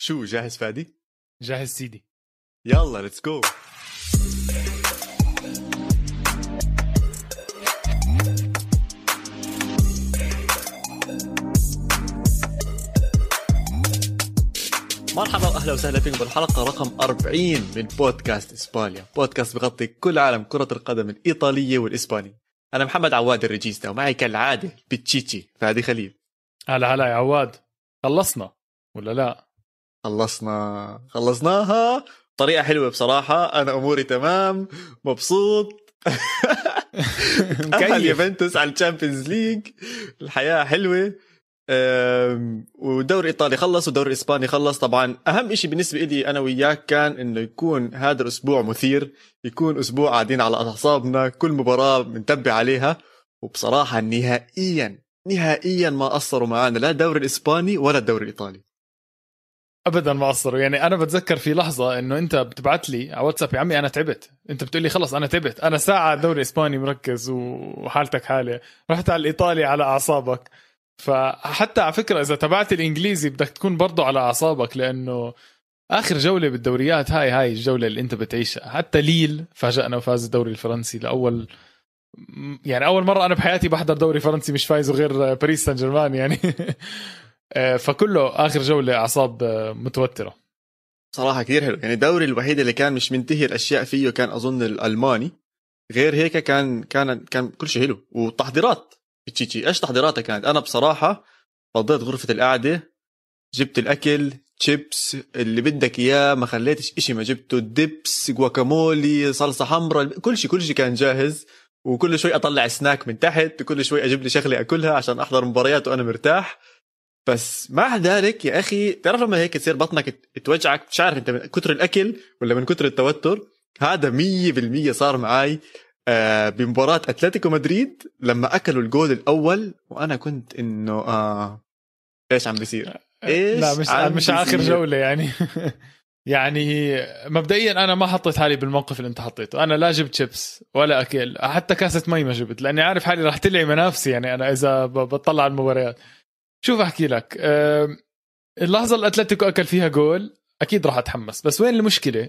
شو جاهز فادي؟ جاهز سيدي. يلا ليتس جو. مرحبا واهلا وسهلا فيكم بالحلقه رقم 40 من بودكاست اسبانيا، بودكاست بغطي كل عالم كره القدم الايطاليه والاسبانيه. انا محمد عواد الرجيستا، ومعي كالعاده بتشيتشي فادي خليل. هلا يا عواد، خلصنا ولا لا؟ خلصناها طريقه حلوه بصراحه. انا اموري تمام، مبسوط. أهل يوفنتوس على الشامبيونز ليج، الحياه حلوه. والدوري الإيطالي خلص والدوري الإسباني خلص. طبعا أهم إشي بالنسبة لي أنا وياك كان إنه يكون هذا الأسبوع مثير، يكون أسبوع قاعدين على أعصابنا، كل مباراة بنتبع عليها. وبصراحة نهائيا ما قصروا معانا لا الدوري الإسباني ولا الدوري الإيطالي، ابدا ما قصروا. يعني انا بتذكر في لحظه انه انت بتبعت لي على واتساب: يا عمي انا تعبت. انت بتقول لي خلص انا تعبت، انا ساعه دوري اسباني مركز وحالتك حاله، رحت على الايطالي على اعصابك. فحتى على فكره اذا تبعت الانجليزي بدك تكون برضو على اعصابك، لانه اخر جوله بالدوريات هاي الجوله اللي انت بتعيشها. حتى ليل فاجأنا وفاز الدوري الفرنسي لاول، يعني اول مره انا بحياتي بحضر دوري فرنسي مش فايزه غير باريس سان جيرمان يعني. فكله آخر جولة أعصاب متوترة صراحة كتير حلو. يعني الدوري الوحيد اللي كان مش منتهي الأشياء فيه كان أظن الألماني، غير هيك كان كل شيء حلو. والتحضيرات بتشيتشي إيش تحضيراتها كانت؟ أنا بصراحة فضيت غرفة القعدة، جبت الأكل، تشيبس اللي بدك إياه، ما خليتش إشي ما جبته، ديبس، جواكامولي، صلصة حمراء، كل شيء كان جاهز. وكل شوي أطلع سناك من تحت، كل شوي أجيب لي شغلة أكلها عشان أحضر مباريات وأنا مرتاح. بس مع ذلك يا أخي تعرف لما هيك تصير بطنك توجعك، مش عارف أنت من كتر الأكل ولا من كتر التوتر. هذا 100% صار معي بمباراة أتلتيكو مدريد لما أكلوا الجول الأول، وأنا كنت إنه إيش عم بيصير؟ لا مش آخر جولة يعني. يعني مبدئيا أنا ما حطيت حالي بالموقف اللي أنت حطيته. أنا لا جبت شيبس ولا أكل، حتى كاسة مي ما جبت، لأني عارف حالي رح تلعي منافسي. يعني أنا إذا بطلع على المباريات، شوف أحكي لك، اللحظة اللي أتلتيكو أكل فيها جول أكيد راح أتحمس. بس وين المشكلة؟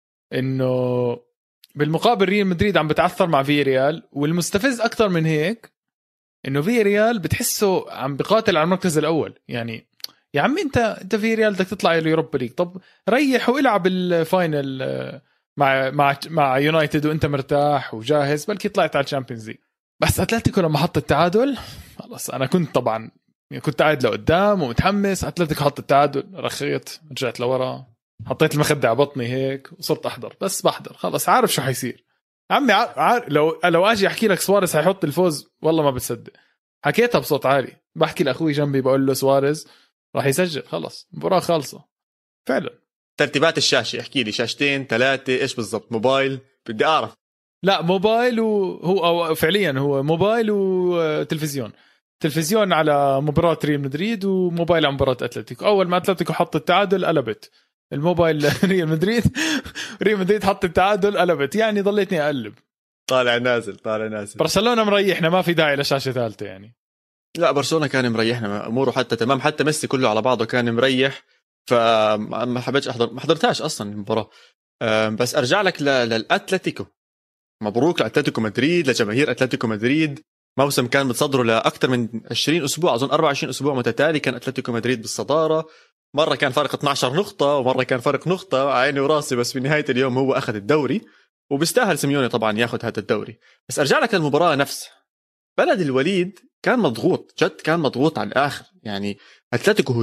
إنه بالمقابل ريال مدريد عم بتعثر مع في ريال، والمستفز أكتر من هيك إنه في ريال بتحسه عم بقاتل على المركز الأول. يعني يا عمي أنت في ريال بدك تطلع اليوروبا ليج، طب ريح والعب الفاينل مع يونايتد وأنت مرتاح وجاهز، بلكي طلعت على الشامبيونز ليج. بس أتلتيكو لما حط التعادل خلص، أنا كنت طبعا كنت قاعد لقدام ومتحمس. أتلتيكو حط التعادل، رخيت، رجعت لورا، حطيت المخدة على بطني هيك وصرت أحضر. بس بحضر خلص، عارف شو حيصير. عمي لو أجي أحكي لك سواريز حيحط الفوز والله ما بتصدق. حكيتها بصوت عالي، بحكي لأخوي جنبي بقول له سواريز راح يسجل، خلص المباراة خالصة فعلا. ترتيبات الشاشة احكي لي، شاشتين 3 إيش بالضبط؟ موبايل بدي أعرف. لا موبايل، وهو أو فعليا هو موبايل وتلفزيون. تلفزيون على مباراة ريال مدريد، وموبايل على مباراة أتلتيكو. أول ما أتلتيكو حط التعادل قلبت الموبايل ريال مدريد. ريال مدريد حط التعادل قلبت، يعني ضليتني أقلب طالع نازل. برشلونة مريحنا، ما في داعي لشاشة ثالثة يعني. لا برشلونة كان مريحنا أموره حتى تمام، حتى ميسي كله على بعضه كان مريح، فما حبيتش أحضر، ما حضرتهاش أصلا المباراة. بس أرجع لك للأتلتيكو. مبروك لأتلتيكو مدريد، لجماهير أتلتيكو مدريد. موسم كان متصدره لأكثر من 20 أسبوع، أظن 24 أسبوع متتالي كان أتلتيكو مدريد بالصدارة. مرة كان فارق 12 نقطة ومرة كان فارق نقطة، عيني وراسي. بس في نهاية اليوم هو أخذ الدوري، وبيستاهل سيميوني طبعا ياخذ هذا الدوري. بس أرجع لك للمباراة نفسها. بلد الوليد كان مضغوط جد، كان مضغوط على الآخر. يعني أتلتيكو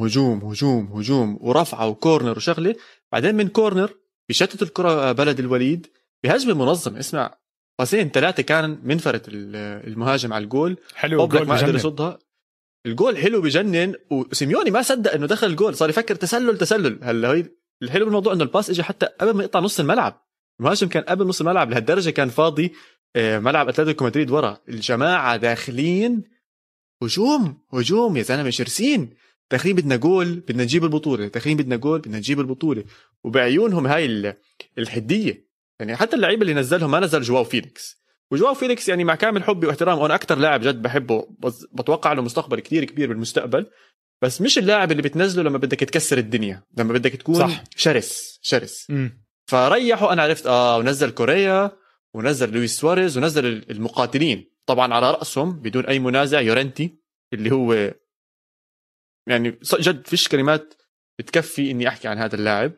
هجوم ورفعة وكورنر وشغلة، بعدين من كورنر بيشتت الكرة بلد الوليد بهجمة منظمة. اسمع، قاسين 3 كان منفرد المهاجم على الجول، حلو الجول ما قدر يصدها. الجول حلو بجنن، وسيميوني ما صدق انه دخل الجول، صار يفكر تسلل. هلا هي الحلو بالموضوع انه الباس اجى حتى قبل ما يقطع نص الملعب. المهاجم كان قبل نص الملعب، لهالدرجة كان فاضي ملعب أتلتيكو مدريد ورا. الجماعة داخلين هجوم يا زلمة، شرسين داخلين، بدنا جول، بدنا نجيب البطولة، داخلين بدنا جول، بدنا نجيب البطولة. وبعيونهم هاي الحدية. يعني حتى اللعيبة اللي نزلهم ما نزل جواو فيليكس يعني مع كامل حبي واحترامه، أنا أكتر لاعب جد بحبه، بتوقع له مستقبل كتير كبير بالمستقبل. بس مش اللاعب اللي بتنزله لما بدك تكسر الدنيا، لما بدك تكون صح. شرس. فريحوا، انا عرفت ونزل كوريا ونزل لويس سواريز ونزل المقاتلين، طبعا على رأسهم بدون اي منازع يورنتي اللي هو يعني جد فيش كلمات بتكفي اني احكي عن هذا اللاعب.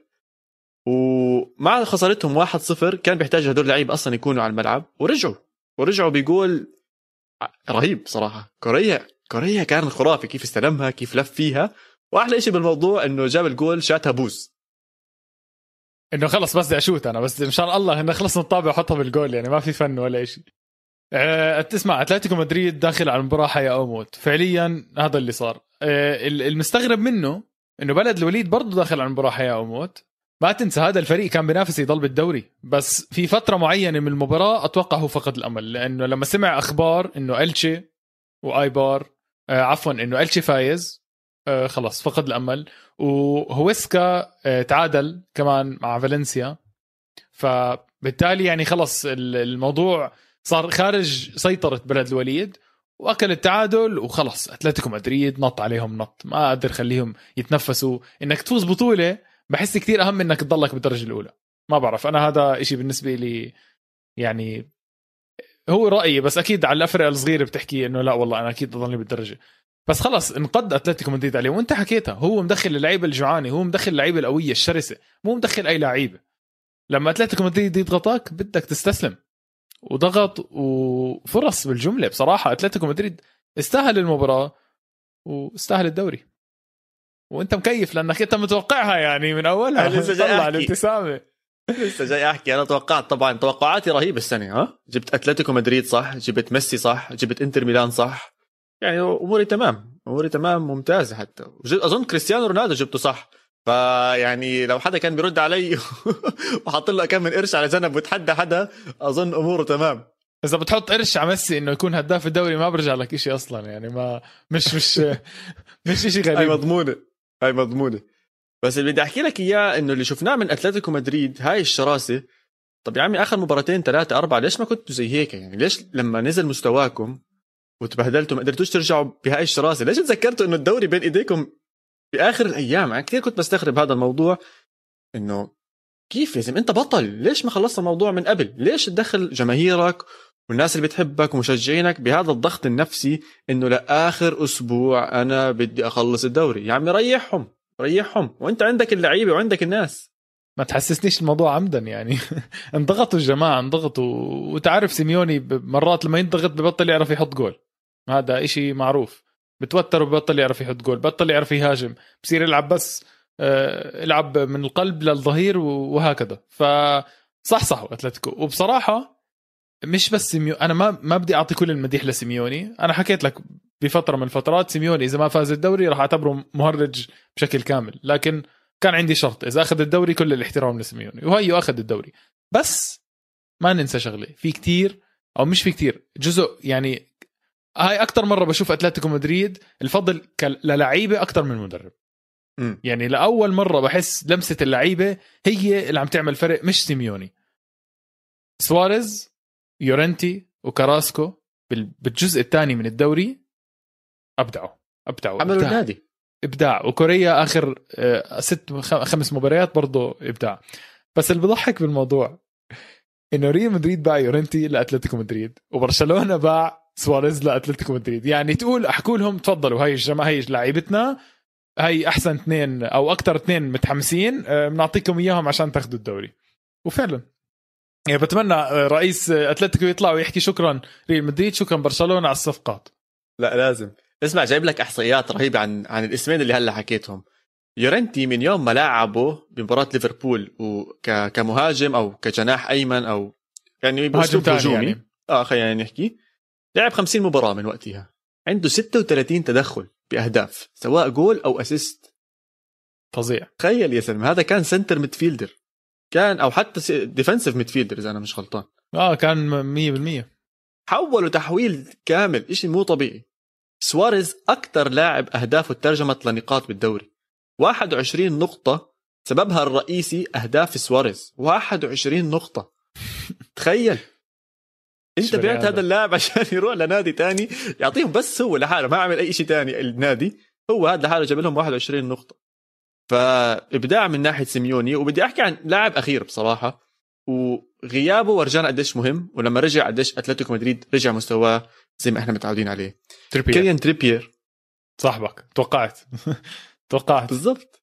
ومع خسارتهم 1-0 كان بيحتاج هدول اللعيبه اصلا يكونوا على الملعب، ورجعوا بيقول رهيب صراحه. كوريا كان خرافي، كيف استلمها، كيف لف فيها، واحلى شيء بالموضوع انه جاب الجول شاتها بوز، انه خلص بس بدي اشوت انا بس ان شاء الله انه خلص نطابع وحطها بالجول، يعني ما في فن ولا شيء. تسمع اتلتيكو مدريد داخل على المباراه حياه او موت فعليا، هذا اللي صار. المستغرب منه انه بلد الوليد برضه داخل على المباراه حياه او موت. ما تنسى هذا الفريق كان بينافس يضل بالدوري، بس في فتره معينه من المباراه اتوقع هو فقد الامل، لانه لما سمع اخبار انه ألتشي وايبار انه ألتشي فايز، خلص فقد الامل. وهويسكا تعادل كمان مع فالنسيا، فبالتالي يعني خلص الموضوع صار خارج سيطرة بلد الوليد، واكل التعادل وخلص اتلتيكو مدريد نط عليهم نط ما قدر خليهم يتنفسوا. انك تفوز بطولة بحس كتير اهم انك تضلك بالدرجة الاولى. ما بعرف، انا هذا اشي بالنسبة لي يعني هو رأيي، بس اكيد على الافرقة الصغيرة بتحكي انه لا والله انا اكيد اضلني بالدرجة. بس خلص انقض اتلتيكو مدريد عليه، وانت حكيتها، هو مدخل اللعيبة الجوعانة، هو مدخل اللعيبة القوية الشرسة، مو مدخل اي لعيبة. لما اتلتيكو مدريد يضغطك بدك تستسلم، وضغط وفرص بالجملة. بصراحة اتلتيكو مدريد استاهل المباراة واستاهل الدوري، وانت مكيف لانك انت متوقعها يعني من اولها. طلع الابتسامة. لسه جاي احكي. انا توقعت، طبعا توقعاتي رهيبة السنة. جبت اتلتيكو مدريد صح، جبت ميسي صح، جبت انتر ميلان صح، يعني اموري تمام ممتازة. حتى اظن كريستيانو رونالدو جبته صح. فيعني لو حدا كان بيرد علي وحاط له كم من قرش على جنب وتحدى حدا، اظن اموره تمام. اذا بتحط قرش على ميسي انه يكون هداف الدوري ما برجع لك إشي اصلا، يعني ما مش إشي غريب. هاي مضمونه. بس اللي بدي احكي لك اياه انه اللي شفناه من اتلتيكو مدريد هاي الشراسه. طب يا عمي اخر مباراتين 3-4 ليش ما كنتوا زي هيك؟ يعني ليش لما نزل مستواكم وتبهدلتوا ما قدرتوش ترجعوا بهاي الشراسه؟ ليش تذكرتوا انه الدوري بين ايديكم باخر الايام؟ يعني كثير كنت بستغرب هذا الموضوع، انه كيف لازم انت بطل، ليش ما خلصت الموضوع من قبل؟ ليش تدخل جماهيرك والناس اللي بتحبك ومشجعينك بهذا الضغط النفسي انه لاخر اسبوع انا بدي اخلص الدوري؟ يا عمي ريحهم وانت عندك اللعيبه وعندك الناس. ما تحسسنيش الموضوع عمدا يعني. انضغطوا الجماعه، انضغطوا. وتعرف سيميوني مرات لما ينضغط ببطل يعرف يحط جول، هذا إشي معروف. بتوتر وبطل يعرف يحط جول، بطل يعرف يهاجم، بصير يلعب بس يلعب من القلب للظهير وهكذا. فصحصحوا أتلتيكو. وبصراحة مش بس أنا ما بدي أعطي كل المديح لسيميوني. أنا حكيت لك بفترة من الفترات سيميوني إذا ما فاز الدوري راح أعتبره مهرج بشكل كامل، لكن كان عندي شرط، إذا أخذ الدوري كل الاحترام لسيميوني، وهي أخذ الدوري. بس ما ننسى شغلة، في كتير أو مش في كتير جزء، يعني هاي أكتر مرة بشوف أتلتيكو مدريد الفضل للعيبة أكتر من المدرب. يعني لأول مرة بحس لمسة اللعيبة هي اللي عم تعمل فرق، مش سيميوني. سواريز، يورنتي وكاراسكو بالجزء الثاني من الدوري أبدعوا عملوا النادي إبداع. وكوريا آخر 5 مباريات برضو إبداع. بس اللي بضحك بالموضوع إنه ريال مدريد باع يورنتي لأتلتيكو مدريد، وبرشلونة باع سواريز لأتلتيكو مدريد. يعني أحكوا لهم تفضلوا، هاي الجماعة هاي لعيبتنا، هاي أحسن 2 أو أكتر 2 متحمسين، بنعطيكم إياهم عشان تاخدوا الدوري. وفعلا يعني بتمنى رئيس أتلتيكو يطلع ويحكي شكرا ريال مدريد، شكرا برشلونة على الصفقات. لا لازم. اسمع، جايب لك إحصائيات رهيبة عن الاسمين اللي هلا حكيتهم. يورنتي من يوم ما لعبه بمباراة ليفربول كمهاجم أو كجناح أيمن أو يعني بأسلوب هجومي يعني. خلينا نحكي، لعب 50 مباراة من وقتها، عنده 36 تدخل بأهداف سواء جول أو أسيست. فظيع. تخيل يا سلم، هذا كان سنتر ميدفيلدر، كان أو حتى ديفنسيف ميدفيلدر إذا أنا مش غلطان. كان 100%. حولوا تحويل كامل، إشي مو طبيعي. سواريز أكتر لاعب أهدافه ترجمت لنقاط بالدوري، 21 نقطة، سببها الرئيسي أهداف سواريز. 21 نقطة. تخيل انت بعت هذا اللاعب عشان يروح لنادي تاني يعطيهم بس هو لحاله، ما عمل اي شيء تاني النادي، هو هذا لحاله جاب لهم 21 نقطة. فإبداع من ناحية سيميوني. وبدي أحكي عن لاعب أخير بصراحة وغيابه ورجانا قديش مهم، ولما رجع قديش أتلتيكو مدريد رجع مستواه زي ما احنا متعودين عليه. كيليان تريبير صاحبك توقعت بالضبط.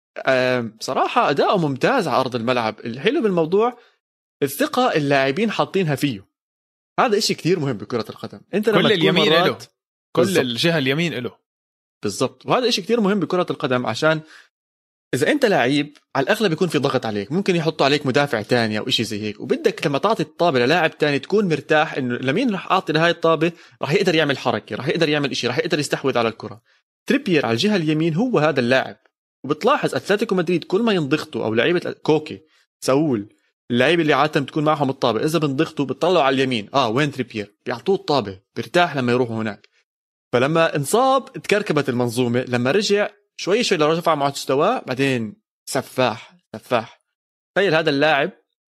بصراحة أداؤه ممتاز على أرض الملعب. الحلو بالموضوع الثقة اللاعبين حاطينها فيه، هذا إشي كتير مهم بكرة القدم. أنت كل اليمين له، كل بالزبط. الجهة اليمين له بالضبط. وهذا إشي كتير مهم بكرة القدم، عشان إذا أنت لعيب على الأغلب يكون في ضغط عليك، ممكن يحطوا عليك مدافع تاني أو إشي زي هيك، وبدك لما تعطي الطابة للاعب تاني تكون مرتاح إنه لمين رح أعطي لهاي الطابة، رح يقدر يعمل حركة، رح يقدر يعمل إشي، رح يقدر يستحوذ على الكرة. تريبير على الجهة اليمين هو هذا اللاعب. وبتلاحظ أتلتيكو مدريد كل ما ينضغطوا أو لعيبة كوكي ساول اللعيبة اللي عادة بتكون معهم الطابة، إذا بنضغطوا بتطلعوا على اليمين وين تريبير، بيعطوه الطابة بيرتاح لما يروحوا هناك. فلما انصاب تكركبت المنظومة، لما رجع شوي لو رفع مع مستواه بعدين سفاح. تخيل هذا اللاعب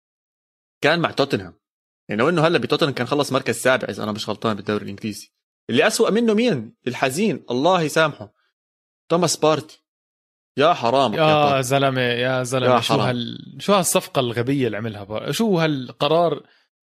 كان مع توتنهام، يعني لو انه هلا بتوتنهام كان خلص مركز سابع اذا انا مش غلطان بالدوري الانجليزي. اللي أسوأ منه مين؟ الحزين الله يسامحه، توماس بارتي. يا حرام يا زلمه يا زلمه، شو هالصفقه الغبيه اللي عملها شو هالقرار،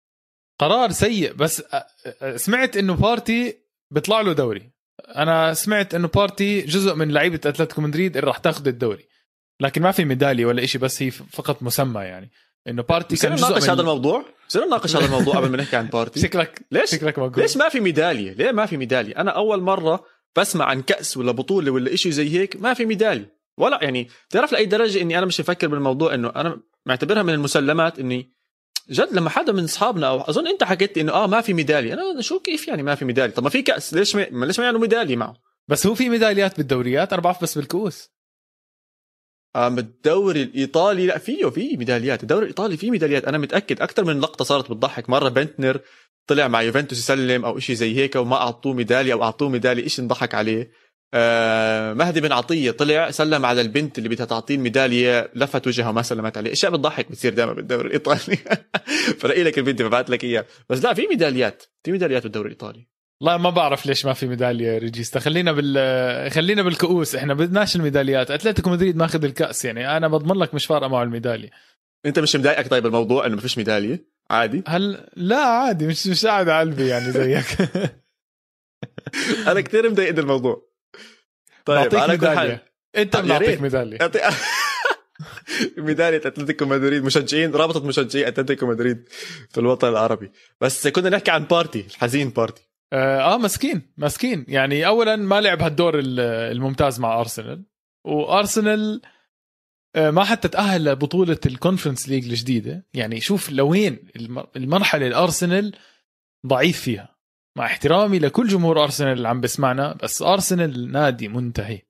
قرار سيء. بس سمعت انه بارتي بيطلع له دوري، انا سمعت انه بارتي جزء من لعيبه اتلتيكو مدريد اللي راح تاخذ الدوري، لكن ما في ميداليه ولا إشي، بس هي فقط مسمى. يعني انه بارتي كان جزء من هذا الموضوع. نناقش هذا الموضوع قبل ما نحكي عن بارتي. شكلك ليش ما في ميداليه؟ ليه ما في ميداليه؟ انا اول مره بسمع عن كأس ولا بطوله ولا إشي زي هيك ما في ميداليه ولا. يعني تعرف لاي درجه اني انا مش مفكر بالموضوع، انه انا معتبرها من المسلمات اني جد لما حدا من اصحابنا او اظن انت حكيت انه ما في ميداليه، انا شو كيف يعني ما في ميداليه؟ طب ما في كأس، ليش ما يعملوا ميداليه معه؟ بس هو في ميداليات بالدوريات، انا بعرف بس بالكؤوس. الدوري الايطالي لا في ميداليات، الدوري الايطالي فيه ميداليات انا متاكد. اكثر من لقطه صارت بتضحك، مره بنتنر طلع مع يوفنتوس يسلم او إشي زي هيك وما اعطوه ميداليه او اعطوه ميداليه، إيش نضحك عليه. مهدي بن عطيه طلع سلم على البنت اللي بدها تعطيه الميداليه، لفت وجهها وما سلمت عليه. اشياء بتضحك بتصير دائما بالدوري الايطالي. فرأي لك الفيديو ببعث لك اياه. بس لا في ميداليات بالدوري الايطالي. لا ما بعرف ليش ما في ميداليه ريجيستا. خلينا بالكؤوس، احنا بدناش الميداليات. اتلتيكو مدريد ماخذ الكأس، يعني انا بضمن لك مش فارقه معه الميداليه. انت مش مضايقك طيب الموضوع انه ما فيش ميداليه؟ عادي. لا عادي، مش قاعد على قلبي يعني زيك. انا كثير مضايقني الموضوع. طيب على كل حال انت بنعطيك ميداليه. ميداليه اتلتيكو مدريد، مشجعين رابطه مشجعي اتلتيكو مدريد في الوطن العربي. بس كنا نحكي عن بارتي، الحزين بارتي. مسكين يعني. اولا ما لعب هالدور الممتاز مع ارسنال، وارسنال ما حتى تأهل لبطولة الكونفرنس ليج الجديدة. يعني شوف لوين المرحلة الارسنال ضعيف فيها، مع احترامي لكل جمهور ارسنال اللي عم بسمعنا، بس ارسنال نادي منتهي.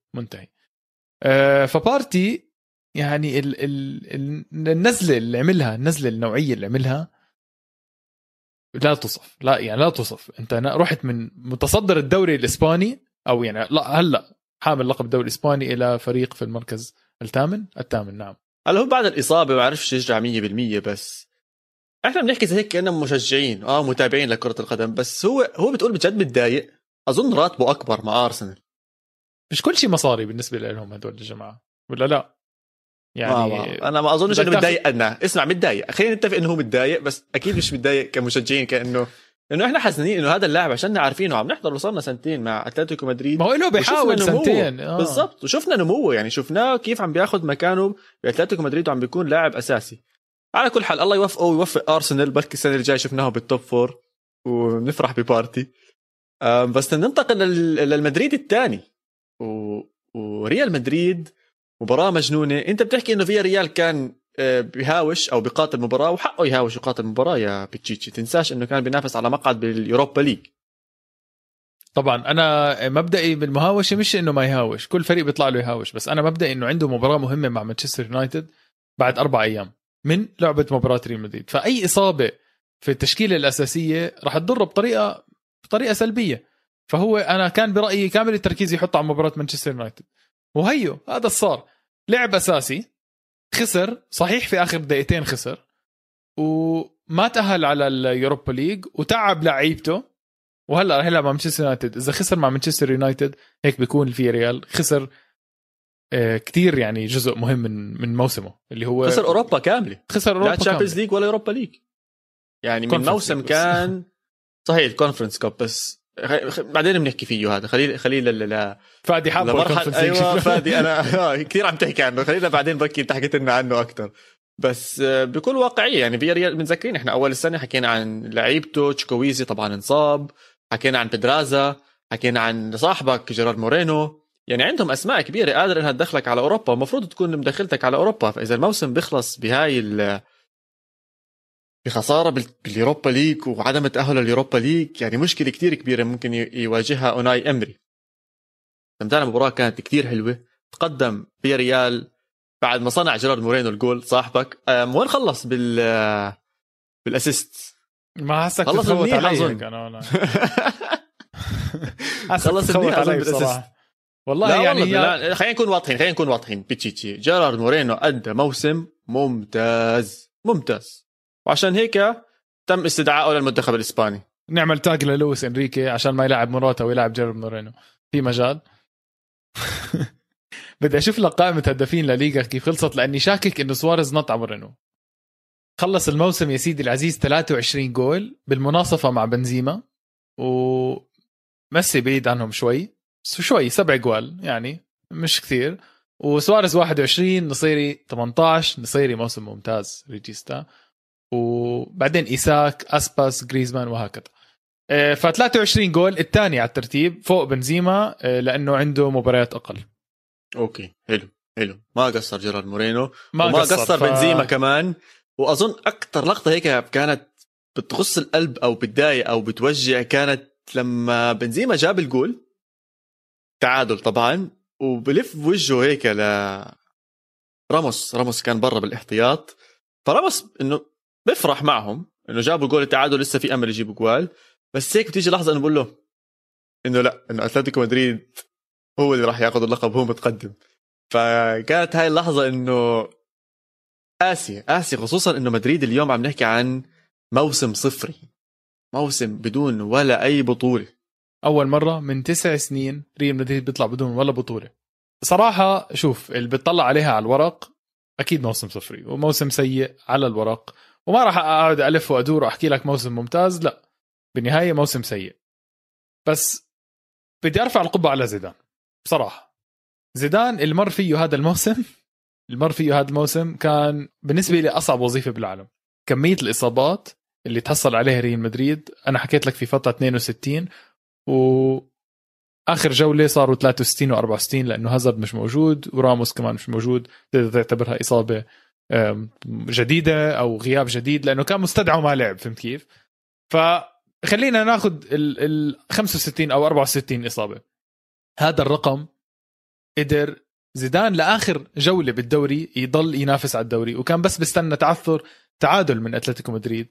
فبارتي يعني النزلة اللي عملها، النزلة النوعية اللي عملها لا توصف. انت رحت من متصدر الدوري الاسباني، او يعني لا هلا حامل لقب الدوري الاسباني، الى فريق في المركز الثامن. نعم. هلا هو بعد الاصابه ما عرفش يرجع 100%، بس احنا بنحكي زي هيك كأننا مشجعين متابعين لكرة القدم. بس هو بتقول بجد متضايق. اظن راتبه اكبر مع ارسنال، مش كل شيء مصاري بالنسبه لهم هدول الجماعه ولا لا؟ يعني انا ما اظنش انه متضايق. اسمع متضايق، خلينا نتفق انه هو متضايق، بس اكيد مش متضايق كمشجعين، كانه احنا حزنين انه هذا اللاعب عشان عارفينه عم نحضر وصلنا سنتين مع اتلتيكو مدريد. ما هو له بيحاول سنتين بالضبط، وشفنا نموه. يعني شفناه كيف عم بياخذ مكانه باتلتيكو مدريد وعم بيكون لاعب اساسي. على كل حال الله يوفقه ويوفق ارسنال، بركي السنه الجايه شفناه بالتوب 4 ونفرح ببارتي. بس ننتقل للمدريد الثاني وريال مدريد. مباراة مجنونة. انت بتحكي انه فيا ريال كان بيهاوش او بيقاتل مباراة، وحقه يهاوش ويقاتل مباراة يا بيتشيتشي. تنساش انه كان بينافس على مقعد باليوروبا ليج. طبعا انا مبدئي بالمهاوشة مش انه ما يهاوش، كل فريق بيطلع له يهاوش، بس انا مبدئي انه عنده مباراة مهمة مع مانشستر يونايتد بعد 4 أيام من لعبة مباراة ريال مدريد. فأي إصابة في التشكيلة الأساسية راح تضر بطريقة سلبية. فهو أنا كان برأيي كامل التركيز يحط على مباراة مانشستر يونايتد، وهيو هذا صار. لعب أساسي، خسر صحيح في آخر دقيقتين، خسر وما تأهل على اليوروبا ليج، وتعب لعيبته وهلا رح يلعب مع مانشستر يونايتد. اذا خسر مع مانشستر يونايتد هيك بيكون في ريال خسر كتير يعني جزء مهم من موسمه اللي هو خسر اوروبا كامله. خسر اوروبا لا تشامبيونز ليج ولا اوروبا ليج يعني من موسم كان صحيح الكونفرنس كاب بس بعدين بنحكي فيه هذا. خلينا لا فادي حابه الكونفرنس ليج. ايوه فادي انا كثير عم تحكي عنه. خلينا بعدين بكي انت حكيت لنا عنه اكثر. بس بكل واقعيه يعني فياريال متذكرين احنا اول السنه حكينا عن لعيبته. تشكويزي طبعا انصاب. حكينا عن بيدرازا. حكينا عن صاحبك جيرارد مورينو. يعني عندهم اسماء كبيره قادر انها تدخلك على اوروبا. المفروض تكون مدخلتك على اوروبا. فاذا الموسم بيخلص بهاي بخساره باليوروبا ليج وعدم التاهل لليوروبا ليج يعني مشكله كتير كبيره ممكن يواجهها اوناي امري. استمتعنا المباراه كانت كتير حلوه. تقدم فياريال بعد ما صنع جيرارد مورينو الجول صاحبك. وين خلص بالاسيست؟ ما حسك خلص علي اظن انا خلص علي بصراحه والله. لا يعني لا خلينا نكون واضحين بيتشيتشي جيرارد مورينو ادى موسم ممتاز. وعشان هيك تم استدعائه للمنتخب الاسباني. نعمل تاج للويس انريكي عشان ما يلعب موراتا ويلعب جيرارد مورينو في مجال. بدي اشوف لك قائمه هدافين لليغا كيف خلصت لاني شاكك انه سواريز نط على مورينو. خلص الموسم يا سيدي العزيز 23 جول بالمناصفه مع بنزيما وميسي بعيد عنهم شوي 7 جوال يعني مش كثير. وسواريز 21 نصيري 18 نصيري موسم ممتاز ريجيستا. وبعدين إيساك أسباس غريزمان وهكذا. ف 23 جول الثاني على الترتيب فوق بنزيما لأنه عنده مباريات أقل. أوكي حلو ما قصر جيرارد مورينو وما قصر بنزيما كمان. وأظن أكتر لقطة هيك كانت بتغص القلب أو بتضايق أو بتوجع كانت لما بنزيما جاب الجول تعادل طبعا وبلف وجهه هيك راموس كان برا بالاحتياط. فراموس إنه بفرح معهم انه جابوا جول التعادل لسه في امل يجيبوا جوال. بس هيك بتيجي لحظه انه بقول له انه لا انه اتلتيكو مدريد هو اللي راح ياخذ اللقب هو متقدم. فكانت هاي اللحظه انه قاسي خصوصا انه مدريد اليوم عم نحكي عن موسم صفري. موسم بدون ولا اي بطوله. اول مره من 9 سنين ريال مدريد بيطلع بدون ولا بطوله. صراحه شوف اللي بتطلع عليها على الورق اكيد موسم صفري وموسم سيء على الورق. وما راح اقعد الف وادور واحكي لك موسم ممتاز. لا بالنهايه موسم سيء. بس بدي ارفع القبعه على زيدان بصراحه. زيدان المر فيه هذا الموسم كان بالنسبه لي اصعب وظيفه بالعالم. كميه الاصابات اللي تحصل عليها ريال مدريد انا حكيت لك في فتره 62 واخر جوله صاروا 63 و64 لانه هازارد مش موجود وراموس كمان مش موجود. تقدر تعتبرها اصابه جديدة أو غياب جديد لأنه كان مستدعى وما لعب. فهمت كيف؟ فخلينا ناخد ال 65 أو 64 إصابة. هذا الرقم قدر زيدان لآخر جولة بالدوري يضل ينافس على الدوري وكان بس بستنى تعادل من أتلتيكو مدريد.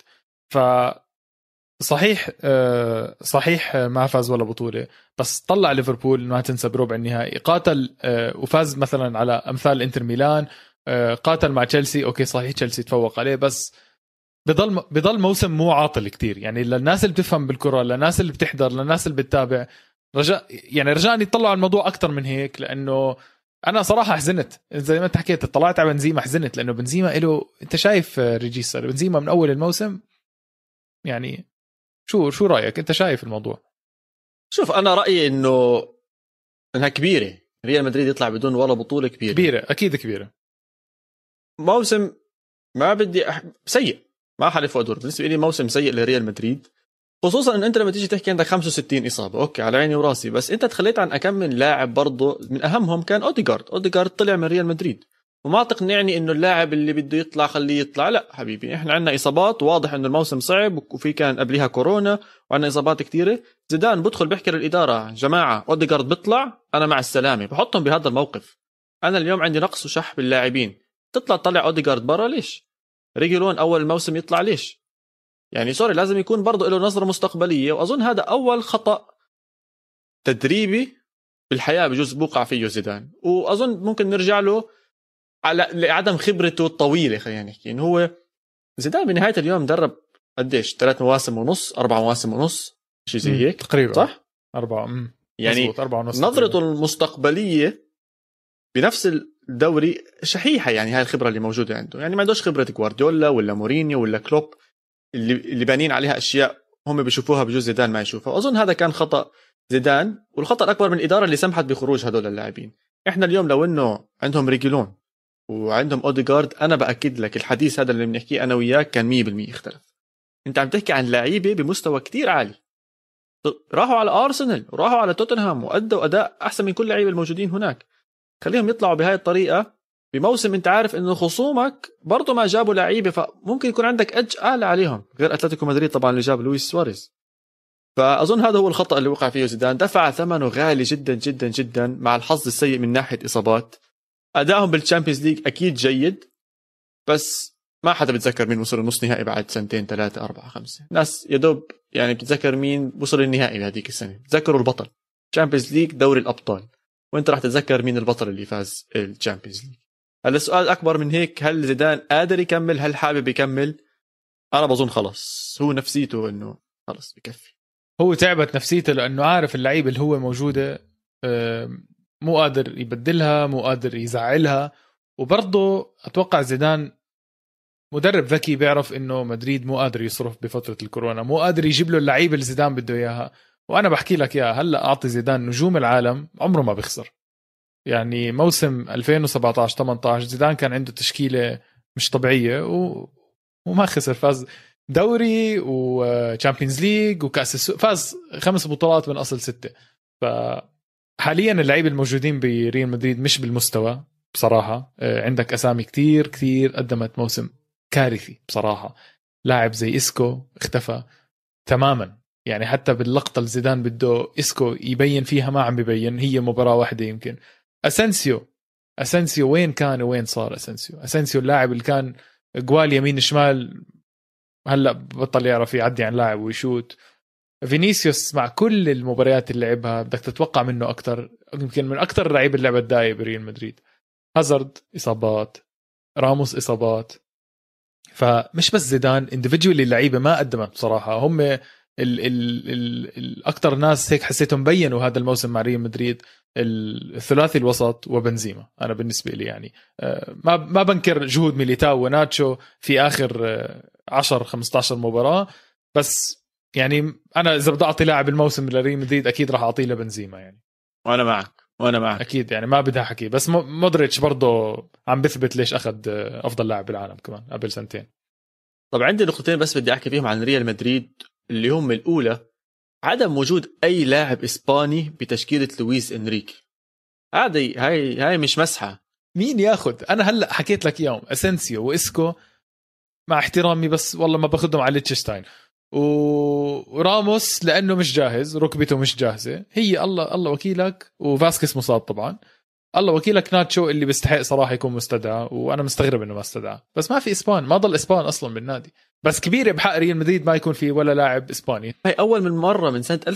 صحيح ما فاز ولا بطولة بس طلع ليفربول ما تنسى بربع النهائي. قاتل وفاز مثلا على أمثال إنتر ميلان. قاتل مع تشيلسي. اوكي صحيح تشيلسي تفوق عليه بس بضل موسم مو عاطل كتير يعني للناس اللي بتفهم بالكرة للناس اللي بتحضر للناس اللي بتتابع. رجعني يطلعوا على الموضوع اكتر من هيك لانه انا صراحه حزنت زي ما انت حكيت. طلعت على بنزيما حزنت لانه بنزيما له انت شايف ريجيستا بنزيما من اول الموسم يعني شو رايك انت شايف الموضوع؟ شوف انا رايي انها كبيره. ريال مدريد يطلع بدون ولا بطوله كبيره اكيد كبيره. موسم ما بدي سيء ما حلف وادور. بالنسبه لي موسم سيء لريال مدريد خصوصا ان انت لما تيجي تحكي عندك 65 اصابه. اوكي على عيني وراسي بس انت تخليت عن اكم من لاعب برضه من اهمهم كان اوديغارد طلع من ريال مدريد. وما تقنعني انه اللاعب اللي بده يطلع خليه يطلع. لا حبيبي احنا عندنا اصابات واضح انه الموسم صعب وفي كان قبلها كورونا وعندنا اصابات كثيره. زيدان بدخل بحكي للاداره جماعه اوديغارد بيطلع انا مع السلامه بحطهم بهذا الموقف. انا اليوم عندي نقص وشح باللاعبين طلع اوديغارد برا ليش؟ ريجيلون اول الموسم يطلع ليش؟ يعني سوري لازم يكون برضه له نظرة مستقبلية. وأظن هذا أول خطأ تدريبي بالحياة بجوز بوقع فيه زيدان. وأظن ممكن نرجع له على لعدم خبرته الطويلة. خلينا نحكي إنه هو زيدان بنهاية اليوم درب قديش 3 مواسم ونص 4 مواسم ونص شيء زي هيك تقريبا صح 4 يعني 4.5 نظرته المستقبلية بنفس الدوري شحيحة. يعني هاي الخبرة اللي موجودة عنده، يعني ما عندوش خبرة جوارديولا ولا مورينيو ولا كلوب اللي بانين عليها أشياء هم بيشوفوها بجوز زيدان ما يشوفها. وأظن هذا كان خطأ زيدان، والخطأ الأكبر من الإدارة اللي سمحت بخروج هدول اللاعبين. إحنا اليوم لو إنه عندهم ريجيلون وعندهم أوديغارد، أنا بأكد لك الحديث هذا اللي بنحكيه أنا وياك كان 100% يختلف. أنت عم تحكي عن لعيبة بمستوى كتير عالي، راحوا على أرسنال وراحوا على توتنهام وأدوا أداء أحسن من كل لعيبة الموجودين هناك. خليهم يطلعوا بهاي الطريقة بموسم انت عارف انه خصومك برضو ما جابوا لعيبه، فممكن يكون عندك اج اعلى عليهم، غير اتلتيكو مدريد طبعا اللي جاب لويس سواريز. فاظن هذا هو الخطا اللي وقع فيه زيدان، دفع ثمنه غالي جدا جدا جدا مع الحظ السيء من ناحيه اصابات. ادائهم بالتشامبيونز ليج اكيد جيد، بس ما حدا بتذكر مين وصل النص نهائي بعد 2 3 4 5. ناس يدوب يعني بتتذكر مين وصل النهائي بهذيك السنه، تذكروا البطل تشامبيونز ليج دوري الابطال، وانت راح تتذكر مين البطل اللي فاز الشامبيونز ليج. هلا السؤال اكبر من هيك، هل زيدان قادر يكمل؟ هل حابب يكمل؟ انا بظن خلص هو نفسيته انه خلص بكفي، هو تعبت نفسيته لانه عارف اللعيبه اللي هو موجوده مو قادر يبدلها، مو قادر يزعلها. وبرضه اتوقع زيدان مدرب ذكي بيعرف انه مدريد مو قادر يصرف بفتره الكورونا، مو قادر يجيب له اللعيبه اللي زيدان بده اياها. وانا بحكي لك يا هلا اعطي زيدان نجوم العالم عمره ما بيخسر. يعني موسم 2017-18 زيدان كان عنده تشكيله مش طبيعيه وما خسر، فاز دوري وشامبيونز ليج وكاس فاز 5 بطولات من اصل 6. فحاليا اللعيبه الموجودين بريال مدريد مش بالمستوى بصراحه. عندك اسامي كتير كتير قدمت موسم كارثي بصراحه. لاعب زي إسكو اختفى تماما، يعني حتى باللقطه اللي زيدان بده إسكو يبين فيها ما عم بيبين، هي مباراه واحده يمكن. أسنسيو وين كان وين صار؟ أسنسيو اللاعب اللي كان قوال يمين شمال هلا بطل يعرف يعدي عن لاعب ويشوت. فينيسيوس مع كل المباريات اللي لعبها بدك تتوقع منه أكتر، يمكن من أكتر اللعيبه اللي لعبت داي بريال مدريد. هازارد إصابات، راموس إصابات. فمش بس زيدان انديفيديولي اللعيبه ما قدمت بصراحه. هم الأكتر ناس هيك حسيتهم بينوا هذا الموسم مع ريال مدريد الثلاثي الوسط وبنزيما. أنا بالنسبة لي يعني ما بنكر جهود ميليتاو وناتشو في آخر 10-15 مباراة، بس يعني أنا إذا بدي أعطي لاعب الموسم لريال مدريد أكيد راح أعطيه لبنزيما يعني. وأنا معك أكيد يعني ما بدها حكي. بس مودريتش برضه عم بثبت ليش أخذ أفضل لاعب بالعالم كمان قبل 2 سنين. طب عندي نقطتين بس بدي أحكي فيهم عن ريال مدريد، اللي هم الأولى عدم وجود أي لاعب إسباني بتشكيلة لويس إنريكي. هاي مش مسحة. مين ياخد؟ أنا هلأ حكيت لك يوم أسنسيو وإسكو مع احترامي، بس والله ما باخدهم على ليتشستاين. وراموس لأنه مش جاهز، ركبته مش جاهزة، هي الله وكيلك. وفاسكس مصاب طبعا، الله وكيلك. ناتشو اللي بيستحق صراحة يكون مستدعى، وأنا مستغرب إنه ما استدعى. بس ما في إسبان، ما ضل إسبان أصلا بالنادي. بس كبيرة بحق ريال مدريد ما يكون في ولا لاعب إسباني. هاي أول من مرة من سنة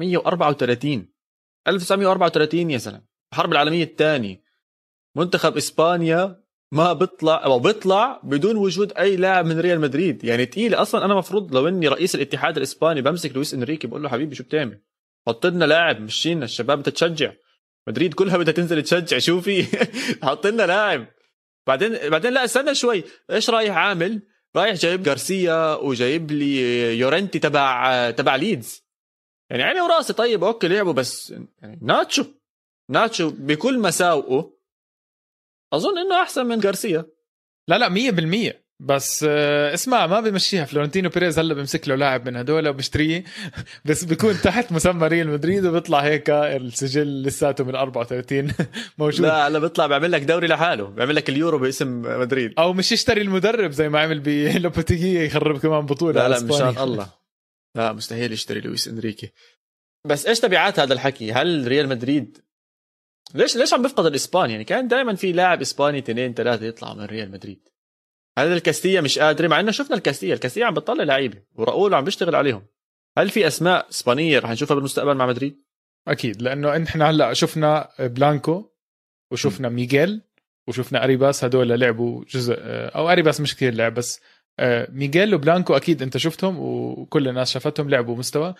1934 يا زلمة، الحرب العالمية الثانية منتخب إسبانيا ما بيطلع بدون وجود أي لاعب من ريال مدريد. يعني تقيلة أصلا. أنا مفروض لو إني رئيس الاتحاد الإسباني بمسك لويس إنريكي بقول له حبيبي شو بتعمل؟ حط لنا لاعب، مشينا الشباب بدها تشجع، مدريد كلها بدها تنزل تشجع، شوفي حط لنا لاعب. بعدين لا استنى شوي، ايش رايح عامل؟ رايح جايب غارسيا وجايب لي يورنتي تبع ليدز. يعني عيني وراسي، طيب اوكي لعبوا، بس يعني ناتشو بكل مساوئه اظن انه احسن من غارسيا. لا 100%. بس اسمع، ما بمشيها. فلورنتينو بيريز هلا بمسك له لاعب من هدول وبشتريه بس بيكون تحت مسمى ريال مدريد، وبيطلع هيك السجل لساته من 34 موجود. لا بيطلع بيعمل لك دوري لحاله، بيعمل لك اليورو باسم مدريد، او مش يشتري المدرب زي ما عمل بلوبوتيجي يخرب كمان بطوله. لا مشان الله، لا مستحيل يشتري لويس انريكي. بس ايش تبعات هذا الحكي؟ هل ريال مدريد ليش عم بفقد الاسباني؟ يعني كان دائما في لاعب اسباني 2-3 يطلع من ريال مدريد. هل الكاستية مش قادرة؟ مع انه شفنا الكاستية عم بتطلع لعيبه وراؤول عم بيشتغل عليهم. هل في اسماء اسبانيه رح نشوفها بالمستقبل مع مدريد؟ اكيد، لانه احنا هلا شفنا بلانكو وشفنا ميغيل وشفنا اريباس، هدول لعبوا جزء، او اريباس مش كثير لعب، بس ميغيل وبلانكو اكيد انت شفتهم وكل الناس شافتهم لعبوا مستوى.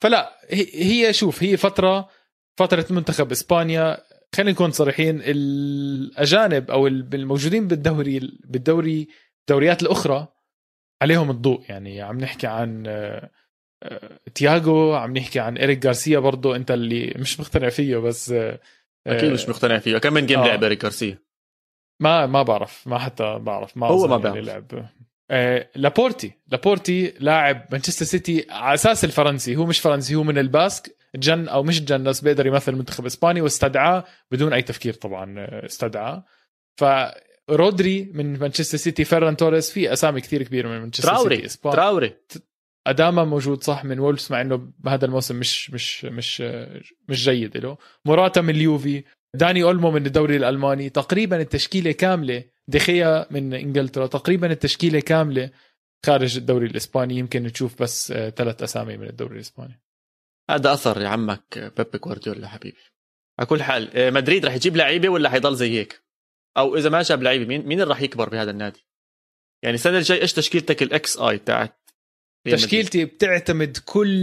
فلا هي شوف هي فترة منتخب إسبانيا. خلينا نكون صريحين، الأجانب أو الموجودين بالدوريات الأخرى عليهم الضوء. يعني عم نحكي عن تياغو، عم نحكي عن إريك غارسيا برضو، أنت اللي مش مقتنع فيه بس أكيد مش مقتنع فيه. كم من جيم لعب إريك غارسيا؟ ما بعرف، ما حتى بعرف، ما هو ما يعني بعرف. لعب. لابورتي لاعب مانشستر سيتي على أساس الفرنسي، هو مش فرنسي، هو من الباسك، جن أو مش جن، بس بيقدر يمثل منتخب إسباني، واستدعاه بدون أي تفكير طبعا، استدعاه. فرودري من مانشستر سيتي، فيران توريس، في أسامي كثير كبيرة من مانشستر سيتي. تراوري أداما موجود صح من وولفز، مع إنه بهذا الموسم مش جيد له. موراتا من اليوفي، داني أولمو من الدوري الألماني. تقريبا التشكيلة كاملة، دخيا من إنجلترا، تقريبا التشكيلة كاملة خارج الدوري الإسباني. يمكن تشوف بس 3 أسامي من الدوري الإسباني. هذا أثر يا عمك بيب جوارديولا حبيبي. على كل حال مدريد رح يجيب لعيبة ولا حيضل زي هيك؟ أو إذا ما جاب لعيبة مين اللي رح يكبر بهذا النادي؟ يعني السنة الجاي إيش تشكيلتك الإكس آي تاعت؟ تشكيلتي بتعتمد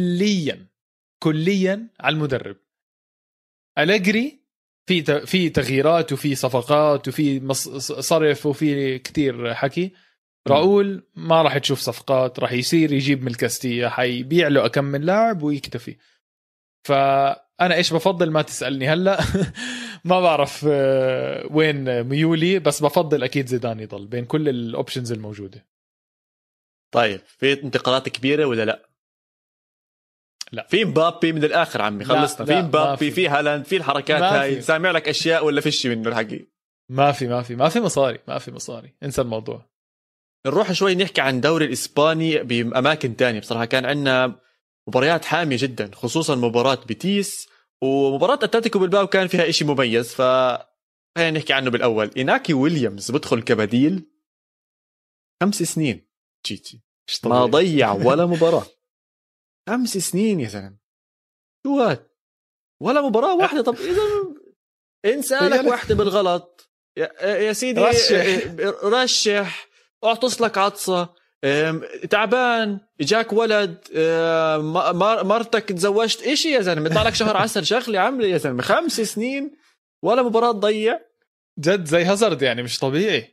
كليا على المدرب. أليجري في تغييرات وفي صفقات وفي صرف وفي كتير حكي. راؤول ما راح تشوف صفقات، راح يصير يجيب من الكاستية، حيبيع له أكم من لاعب ويكتفي. فأنا إيش بفضل ما تسألني هلأ. ما بعرف وين ميولي، بس بفضل أكيد زيدان يضل بين كل الأوبشنز الموجودة. طيب في انتقالات كبيرة ولا لا؟ لا. في مبابي من الآخر عمي خلصنا. في مبابي، في هالاند، في الحركات هاي سامع لك أشياء ولا فيش منه الحقيقة؟ ما في مصاري، انسى الموضوع. نروح شوي نحكي عن دوري الإسباني بأماكن تانية. بصراحة كان عندنا مباريات حامية جدا، خصوصا مباراة بيتيس ومباراة أتلتيكو بالباو كان فيها إشي مميز. خلينا نحكي عنه بالأول. إناكي ويليامز بدخل كبديل 5 سنين تشيتي، ما ضيع ولا مباراة. 5 سنين يا زلمة، شو هاد؟ ولا مباراة واحدة. طب إذا إنسانك واحدة بالغلط يا سيدي رشح اعطس لك عطسة، تعبان، جاك ولد، مرتك تزوجت، إشي يا زلمة، يطلع لك شهر عسل، شغلة عملة يا زلمة. 5 سنين ولا مباراة تضيع، جد زي هازارد يعني، مش طبيعي.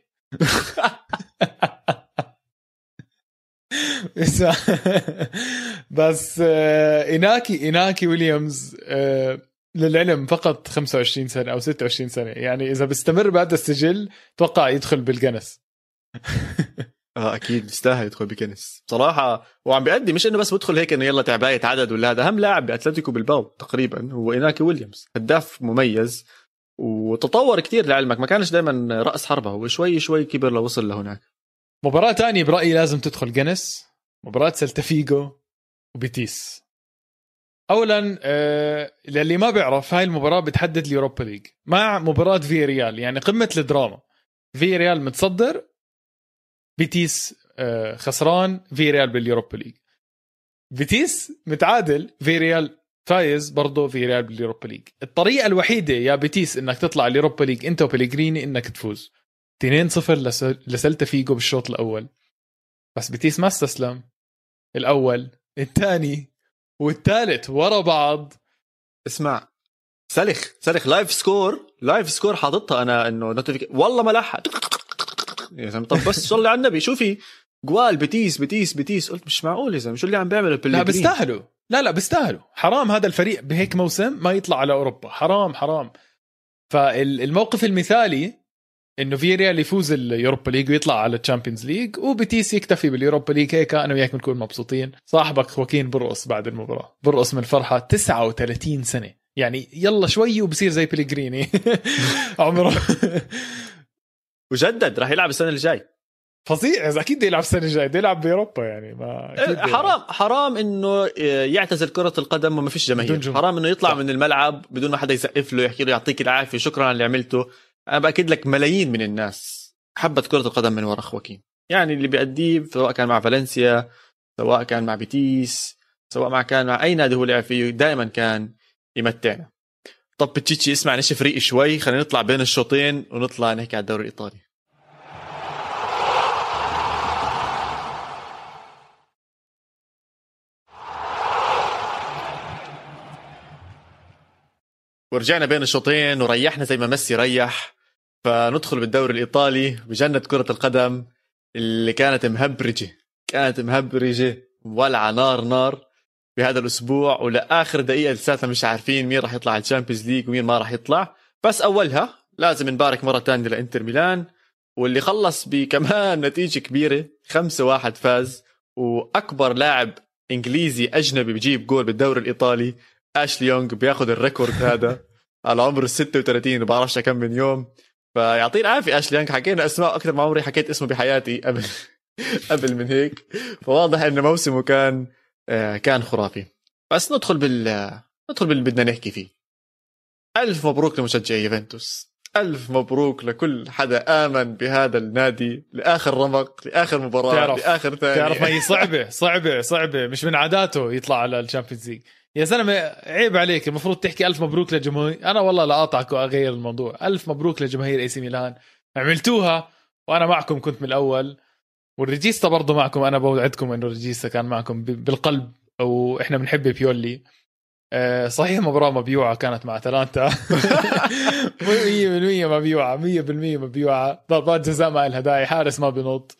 بس إناكي ويليامز للعلم فقط 25 سنة أو 26 سنة. يعني إذا بيستمر بهذا السجل توقع يدخل بالجنس. أكيد يستاهل يدخل بكنس بصراحة. وعم بيأدي، مش إنه بس بدخل هيك إنه يلا تعباية عدد ولا هذا. أهم لاعب بأتلتيكو بالباو تقريبا هو إناكي ويليامز، هداف مميز وتطور كتير لعلمك. ما كانش دائما رأس حربة، هو شوي شوي كبر لوصل لهناك. مباراة تانية برأيي لازم تدخل جنس، مباراة سيلتا فيغو وبيتيس. أولا للي ما بيعرف، هاي المباراة بتحدد اليوروبا ليج مع مباراة في ريال، يعني قمة الدراما. في ريال متصدر، بيتيس خسران، في ريال باليوروبا ليج. بيتيس متعادل، في ريال فايز برضه، في ريال باليوروبا ليج. الطريقة الوحيدة يا بيتيس إنك تطلع اليوروبا ليج أنت وبيليغريني إنك تفوز 2-0 لسلتا فيغو بالشوط الأول. بس بيتيس ما استسلم، الأول الثاني والثالث ورا بعض. اسمع، سلخ لايف سكور حاططها أنا إنه والله ما لحق يا زلمة. طب بس صلي على النبي، شوفي جوال بيتيس قلت مش معقول يا زلمة، شو اللي عم بيعمله بيليغريني؟ لا بيستاهلوا، لا بيستاهلوا. حرام هذا الفريق بهيك موسم ما يطلع على أوروبا، حرام. فالموقف المثالي انه في ريال يفوز اليوروبا ليج ويطلع على الشامبيونز ليج، وبيتيس يكتفي باليوروبا ليج. هيك انا وياك بنكون مبسوطين. صاحبك خواكين برقص بعد المباراه، برقص من الفرحه. 39 سنه يعني، يلا شوي وبصير زي بيليغريني. عمره. وجدد راح يلعب السنه الجاي. فظيع، اذا اكيد يلعب السنه الجايه، يلعب باوروبا يعني. ما حرام انه يعتزل كره القدم وما فيش جماهير. حرام انه يطلع من الملعب بدون ما حدا يسقف له يحكي له يعطيك العافيه شكرا على اللي عملته. أنا بأكد لك ملايين من الناس حبت كرة القدم من وراء خواكين. يعني اللي بيأديه سواء كان مع فالنسيا، سواء كان مع بيتيس، سواء كان مع أي نادي هو لعب فيه، دائما كان يمتعنا. طب بتشيتشي اسمع نشف ريقي شوي، خلينا نطلع بين الشوطين ونطلع نحكي على الدوري الإيطالي. ورجعنا بين الشوطين وريحنا زي ما ميسي ريح. فندخل بالدوري الإيطالي بجنة كرة القدم اللي كانت مهبرجة ولع نار بهذا الأسبوع، ولآخر دقيقة لساتنا مش عارفين مين راح يطلع الشامبيونز ليج ومين ما راح يطلع. بس أولها لازم نبارك مرة تانية لإنتر ميلان، واللي خلص بكمان نتيجة كبيرة 5-1 فاز. وأكبر لاعب إنجليزي أجنبي بيجيب جول بالدوري الإيطالي أشلي يونغ بياخد الريكورد هذا على عمر 36 وبعرفش كم من يوم. فيعطيه العافية أشلي يونغ. حكينا أسماء أكثر ما عمري حكيت اسمه بحياتي قبل من هيك. فواضح إن موسمه كان خرافي. بس ندخل باللي بدنا نحكي فيه. ألف مبروك لمشجعي يوفنتوس، ألف مبروك لكل حدا آمن بهذا النادي لآخر رمق، لآخر مباراة، لآخر ثانية. تعرف ما هي صعبة مش من عاداته يطلع على الشامبيونز ليج يا زلمة. عيب عليك، المفروض تحكي ألف مبروك لجمهور. أنا والله لا أقاطعك وأغير الموضوع. ألف مبروك لجماهير اي سي ميلان، عملتوها وأنا معكم كنت من الأول، والريجيستا برضو معكم. أنا بوعدكم إنه الريجيستا كان معكم بالقلب، وإحنا بنحب بيولي. صحيح مباراة مبيوعة كانت مع أتلانتا 100% مبيوعة، 100% مبيوعة. ضربات جزاء مع الهدايا، حارس ما بنط.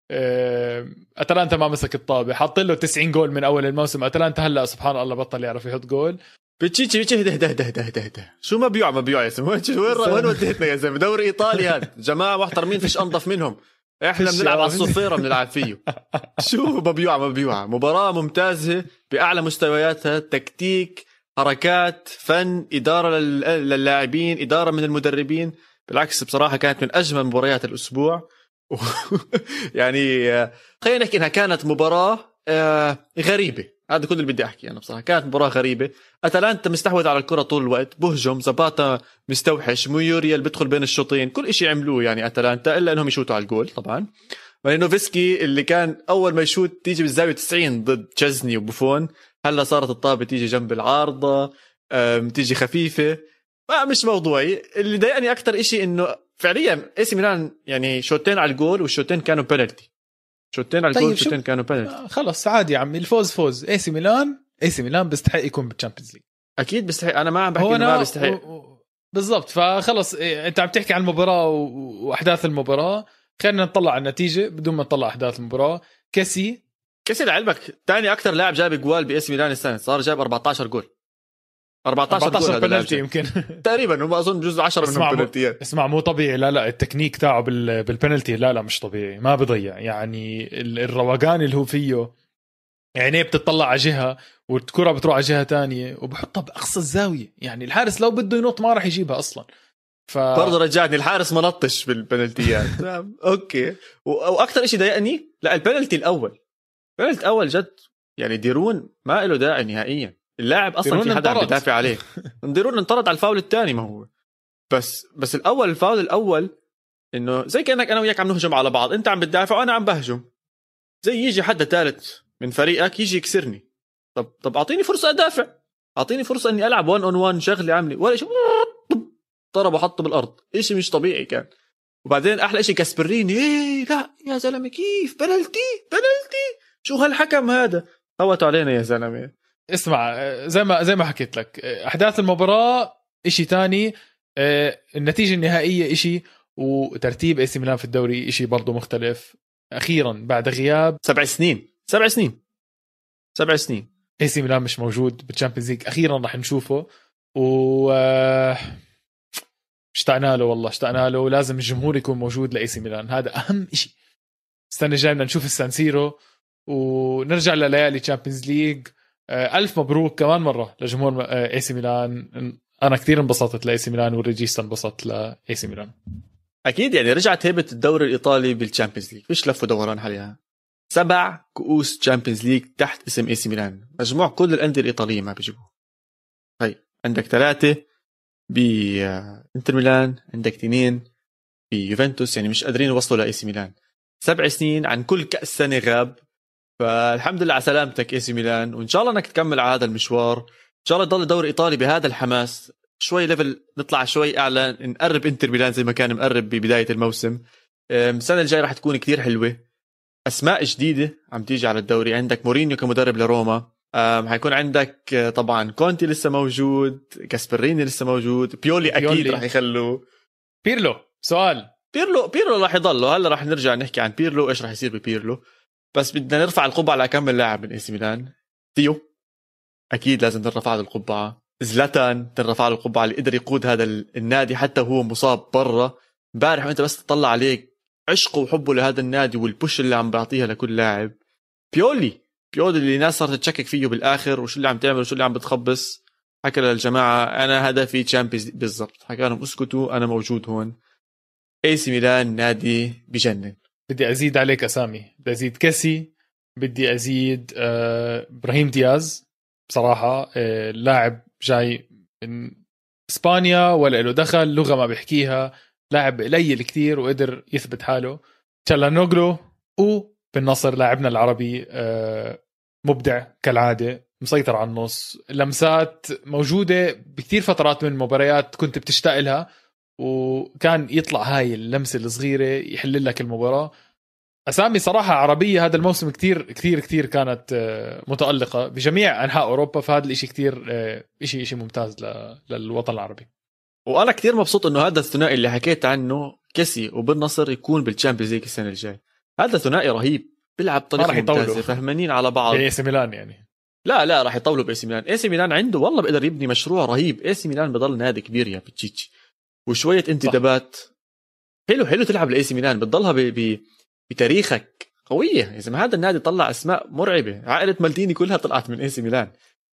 أتلانتا ما مسك الطابة، حاط له 90 جول من أول الموسم. أتلانتا هلأ سبحان الله بطل يعرف يحط جول. بتشيتشي ده شو مبيوعة يا زلمة؟ وين وديتنا يا زلمة؟ دوري إيطالي هذا، جماعة محترمين فيش أنظف منهم. احنا بنلعب على الصفيرة بنلعب فيه. شو مبيوعة مباراة ممتازة بأعلى مستوياتها، تكتيك، حركات، فن، إدارة للاعبين، إدارة من المدربين. بالعكس بصراحة كانت من أجمل مباريات الأسبوع. يعني خلينا نحكي إنها كانت مباراة غريبة. هذا كل اللي بدي أحكي. أنا بصراحة كانت مباراة غريبة. أتلانتا مستحوذ على الكرة طول الوقت، بهجم، زباتا مستوحش، ميوريال بدخل بين الشوطين، كل إشي عملوه يعني أتلانتا إلا أنهم يشوتوا على الجول. طبعا مالينوفسكي اللي كان أول ما يشوت تيجي بالزاوية 90 ضد تشزني وبوفون، هلا صارت الطابة تيجي جنب العارضة، تيجي خفيفة. ما مش موضوعي. اللي ضايقني أكتر إشي إنه فعليا اي سي ميلان يعني شوتين على الجول والشوتين كانوا بنالتي. شوتين على الجول شوتين كانوا بنالتي. خلص عادي يا عمي، الفوز فوز. اي سي ميلان بيستحق يكون بالتشامبيونز ليج. اكيد بيستحق. انا ما عم بحكي انه ما بيستحق بالضبط. فخلص انت عم تحكي عن المباراة واحداث المباراة، خلينا نطلع على النتيجة بدون ما نطلع احداث المباراة. كاسي لعلمك ثاني اكثر لاعب جاب جوال باي سي ميلان السنة، صار جاب 14 جول. 14 بنالتي يمكن تقريبا، وما اظن جزء 10 منهم بنالتيات. اسمع مو طبيعي. لا التكنيك تاعه بالبنالتي لا مش طبيعي، ما بضيع يعني. الروقان اللي هو فيه، عينيه بتطلع على جهة والكرة بتروح على جهة تانية وبحطها بأقصى الزاوية. يعني الحارس لو بده ينط ما راح يجيبها أصلا. برضه رجعني الحارس ما نطش بالبنالتيات. اوكي. واكثر إشي ضايقني لا البنالتي الاول جد يعني. ديرون ما له داعي نهائيا. اللاعب اصلا في حدا عم يدافع عليه. ديرون انطرد على الفاول الثاني. ما هو بس الاول، الفاول الاول انه زي كانك انا وياك عم نهجم على بعض، انت عم بتدافع وانا عم بهجم، زي يجي حدا ثالث من فريقك يجي يكسرني. طب اعطيني فرصه ادافع، اعطيني فرصه اني العب 1 on 1 شغله عملي ولا شيء. ضرب وحطه بالارض، إشي مش طبيعي كان. وبعدين احلى إشي كاسبريني، لا يا زلمه كيف بنالتي شو هالحكم هذا، فوتوا علينا يا زلمه. اسمع زي ما حكيت لك، احداث المباراه إشي تاني، النتيجه النهائيه إشي، وترتيب اي سي ميلان في الدوري إشي برضو مختلف. اخيرا بعد غياب 7 سنين اي سي ميلان مش موجود بالتشامبيونز ليج. اخيرا راح نشوفه، و اشتقنا له والله، اشتقنا له. ولازم الجمهور يكون موجود لاي سي ميلان، هذا اهم إشي. السنه الجايه بدنا نشوف السانسيرو ونرجع لليالي تشامبيونز ليج. ألف مبروك كمان مرة لجمهور اي سي ميلان. أنا كثير انبسطت لأي سي ميلان، والريجيستا انبسط لأي سي ميلان. أكيد يعني رجعت هيبة الدوري الإيطالي بالتشامبيونز ليج، فيش لف ودوران عليها. 7 كؤوس تشامبيونز ليج تحت اسم اي سي ميلان، مجموع كل الأندية الإيطالية ما بيجيبوه. طيب عندك 3 بإنتر ميلان، عندك 2 بيوفنتوس، يعني مش قادرين يوصلوا لأي سي ميلان. 7 سنين عن كل كأس سنة غاب. فالحمد لله على سلامتك اي سي ميلان، وان شاء الله انك تكمل على هذا المشوار. ان شاء الله يضل الدوري الايطالي بهذا الحماس، شوي ليفل نطلع شوي اعلى، نقرب انتر ميلان زي ما كان مقرب ببدايه الموسم. السنه الجايه راح تكون كتير حلوه، اسماء جديده عم تيجي على الدوري. عندك مورينيو كمدرب لروما، حيكون عندك طبعا كونتي لسه موجود، كاسبريني لسه موجود، بيولي اكيد راح يخلوه. بيرلو سؤال، بيرلو راح يضله. هلا راح نرجع نحكي عن بيرلو، ايش راح يصير ببيرلو، بس بدنا نرفع القبعه على كم لاعب من اي سي ميلان. ثيو اكيد لازم ترفع له القبعه، زلاتان ترفع له القبعه اللي قدر يقود هذا النادي حتى وهو مصاب برا امبارح، وانت بس تطلع عليه عشقه وحبه لهذا النادي والبوش اللي عم بعطيها لكل لاعب. بيولي اللي الناس صارت تشكك فيه بالاخر، وشو اللي عم تعمل وشو اللي عم بتخبص، حكى للجماعه انا هدفي تشامبيونز بالضبط، حكى لهم اسكتوا انا موجود هون. اي سي ميلان نادي بجنن. بدي ازيد عليك اسامي، بدي ازيد كاسي، بدي ازيد ابراهيم دياز. بصراحه لاعب جاي من اسبانيا ولا له دخل، لغه ما بيحكيها، لاعب قليل كتير وقدر يثبت حاله. تشالانوغلو وبالنصر لاعبنا العربي مبدع كالعاده، مسيطر على النص، لمسات موجوده بكتير فترات من المباريات كنت بتشتاق لها، وكان يطلع هاي اللمسه الصغيره يحل لك المباراه. اسامي صراحه عربيه هذا الموسم كتير كتير كتير كانت متالقه بجميع انحاء اوروبا، فهذا الاشي كتير اشي ممتاز للوطن العربي. وانا كتير مبسوط انه هذا الثنائي اللي حكيت عنه كسي وبالنصر يكون بالتشامبيونز ليج السنه الجاي. هذا ثنائي رهيب، بيلعب بطريقه ممتازه، فهمانين على بعض. اي سي ميلان يعني لا راح يطولوا باي سي ميلان. اي سي ميلان عنده والله بيقدر يبني مشروع رهيب. اي سي ميلان بضل نادي كبير يا بتشيتشي، وشويه انتدابات حلو تلعب لاي سي ميلان، بتضلها بتاريخك قويه. اذا ما هذا النادي طلع اسماء مرعبه، عائله مالديني كلها طلعت من اي سي ميلان،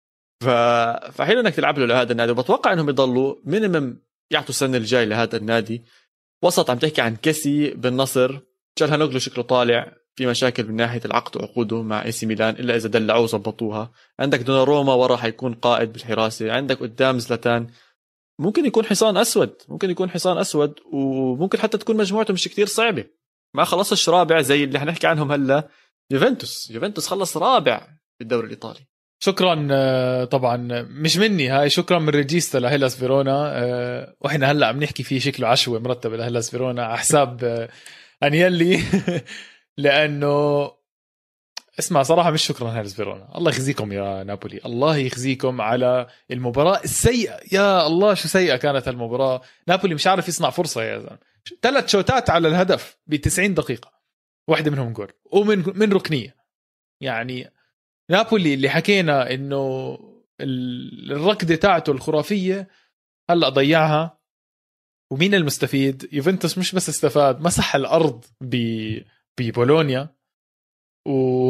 فحلو انك تلعب له لهذا النادي. وبتوقع انهم يضلوا مينيمم يعطوا السنه الجاي لهذا النادي. وسط عم تحكي عن كيسي بالنصر، تشالهانوغلو شكله طالع في مشاكل من ناحيه العقد وعقوده مع اي سي ميلان، الا اذا دلعوه وظبطوها. عندك دوناروما ورا حيكون قائد بالحراسه، عندك قدام زلاتان ممكن يكون حصان اسود، وممكن حتى تكون مجموعته مش كتير صعبه. ما خلصش رابع زي اللي حنحكي عنهم هلا. يوفنتوس خلص رابع بالدوري الايطالي. شكرا طبعا مش مني هاي، شكرا من ريجيستا لهيلاس فيرونا. واحنا هلا عم نحكي فيه شكله عشوه مرتب لهيلاس فيرونا على حساب انيلي لانه اسمع صراحه مش شكرا هيلاس فيرونا. الله يخزيكم يا نابولي، الله يخزيكم على المباراه السيئه. يا الله شو سيئه كانت المباراه. نابولي مش عارف يصنع فرصه يا زلمه. 3 شوتات على الهدف ب90 دقيقه، واحده منهم جول ومن ركنيه. يعني نابولي اللي حكينا انه الركضه تاعته الخرافيه هلا ضيعها. ومين المستفيد؟ يوفنتوس مش بس استفاد، مسح الارض ببولونيا و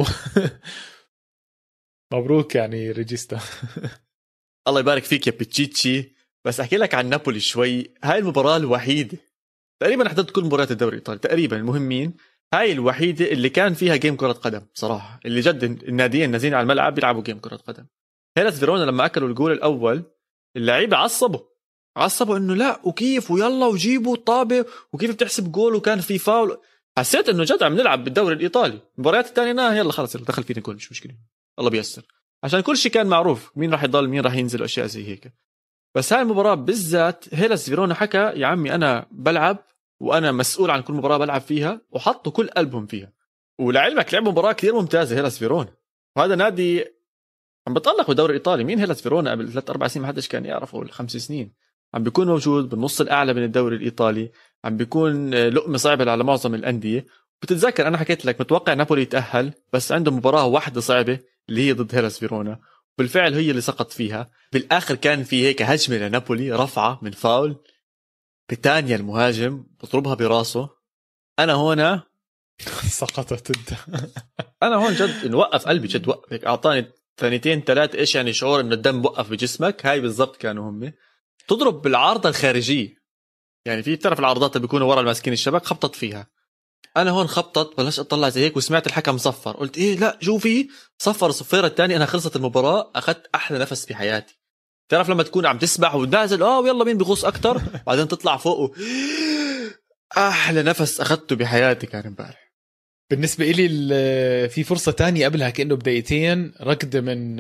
مبروك يعني ريجيستا. الله يبارك فيك يا بيتشيتشي. بس احكي لك عن نابولي شوي. هاي المباراه الوحيده تقريبا حضرت كل مباريات الدوري الايطالي تقريبا المهمين، هاي الوحيده اللي كان فيها جيم كره قدم صراحه، اللي جد الناديين نازلين على الملعب بيلعبوا جيم كره قدم. هيلاس فيرونا لما اكلوا الجول الاول اللعيبه عصبوا انه لا وكيف ويلا وجيبوا الطابه وكيف بتحسب جول وكان في فاول. حسيت انه جد عم نلعب بالدوري الايطالي. المباريات الثانيه يلا خلص دخل فينا جول مش مشكله، الله بيسر، عشان كل شيء كان معروف مين راح يضل مين راح ينزل واشياء زي هيك. بس هاي المباراه بالذات هيلاس فيرونا حكى يا عمي انا بلعب وانا مسؤول عن كل مباراه بلعب فيها، وحطوا كل قلبهم فيها. ولعلمك لعبوا مباراه كثير ممتازه هيلاس فيرونا، وهذا نادي عم بتطلق بالدوري الايطالي. مين هيلاس فيرونا قبل 3-4 سنين ما حدش كان يعرفه، 5 سنين عم بيكون موجود بالنص الاعلى من الدوري الايطالي، عم بيكون لقمه صعبه على معظم الانديه. بتتذكر انا حكيت لك متوقع نابولي يتاهل، بس عنده مباراه واحده صعبه اللي هي ضد هيلاس فيرونا، بالفعل هي اللي سقط فيها. بالاخر كان في هيك هجمه لنابولي، رفعه من فاول بتانيا المهاجم بضربها براسه. انا هنا سقطت انت. انا هون جد نوقف قلبي، جد وقف هيك، اعطاني 2-3 ايش يعني شعور انه الدم وقف بجسمك. هاي بالضبط كانوا هم. تضرب بالعارضه الخارجيه، يعني في بتعرف العارضات اللي بيكونوا ورا الماسكين الشبك، خبطت فيها. انا هون خبطت بلشت اطلع زي هيك وسمعت الحكم صفر، قلت ايه لا شوفي صفر الصفيره الثانيه. انا خلصت المباراه اخذت احلى نفس في حياتي. تعرف لما تكون عم تسبح ونازل ويلا مين بيغوص اكتر بعدين تطلع فوق احلى نفس اخذته بحياتي كان امبارح. بالنسبه لي في فرصه تانية قبلها كانه بدقيقتين ركضه من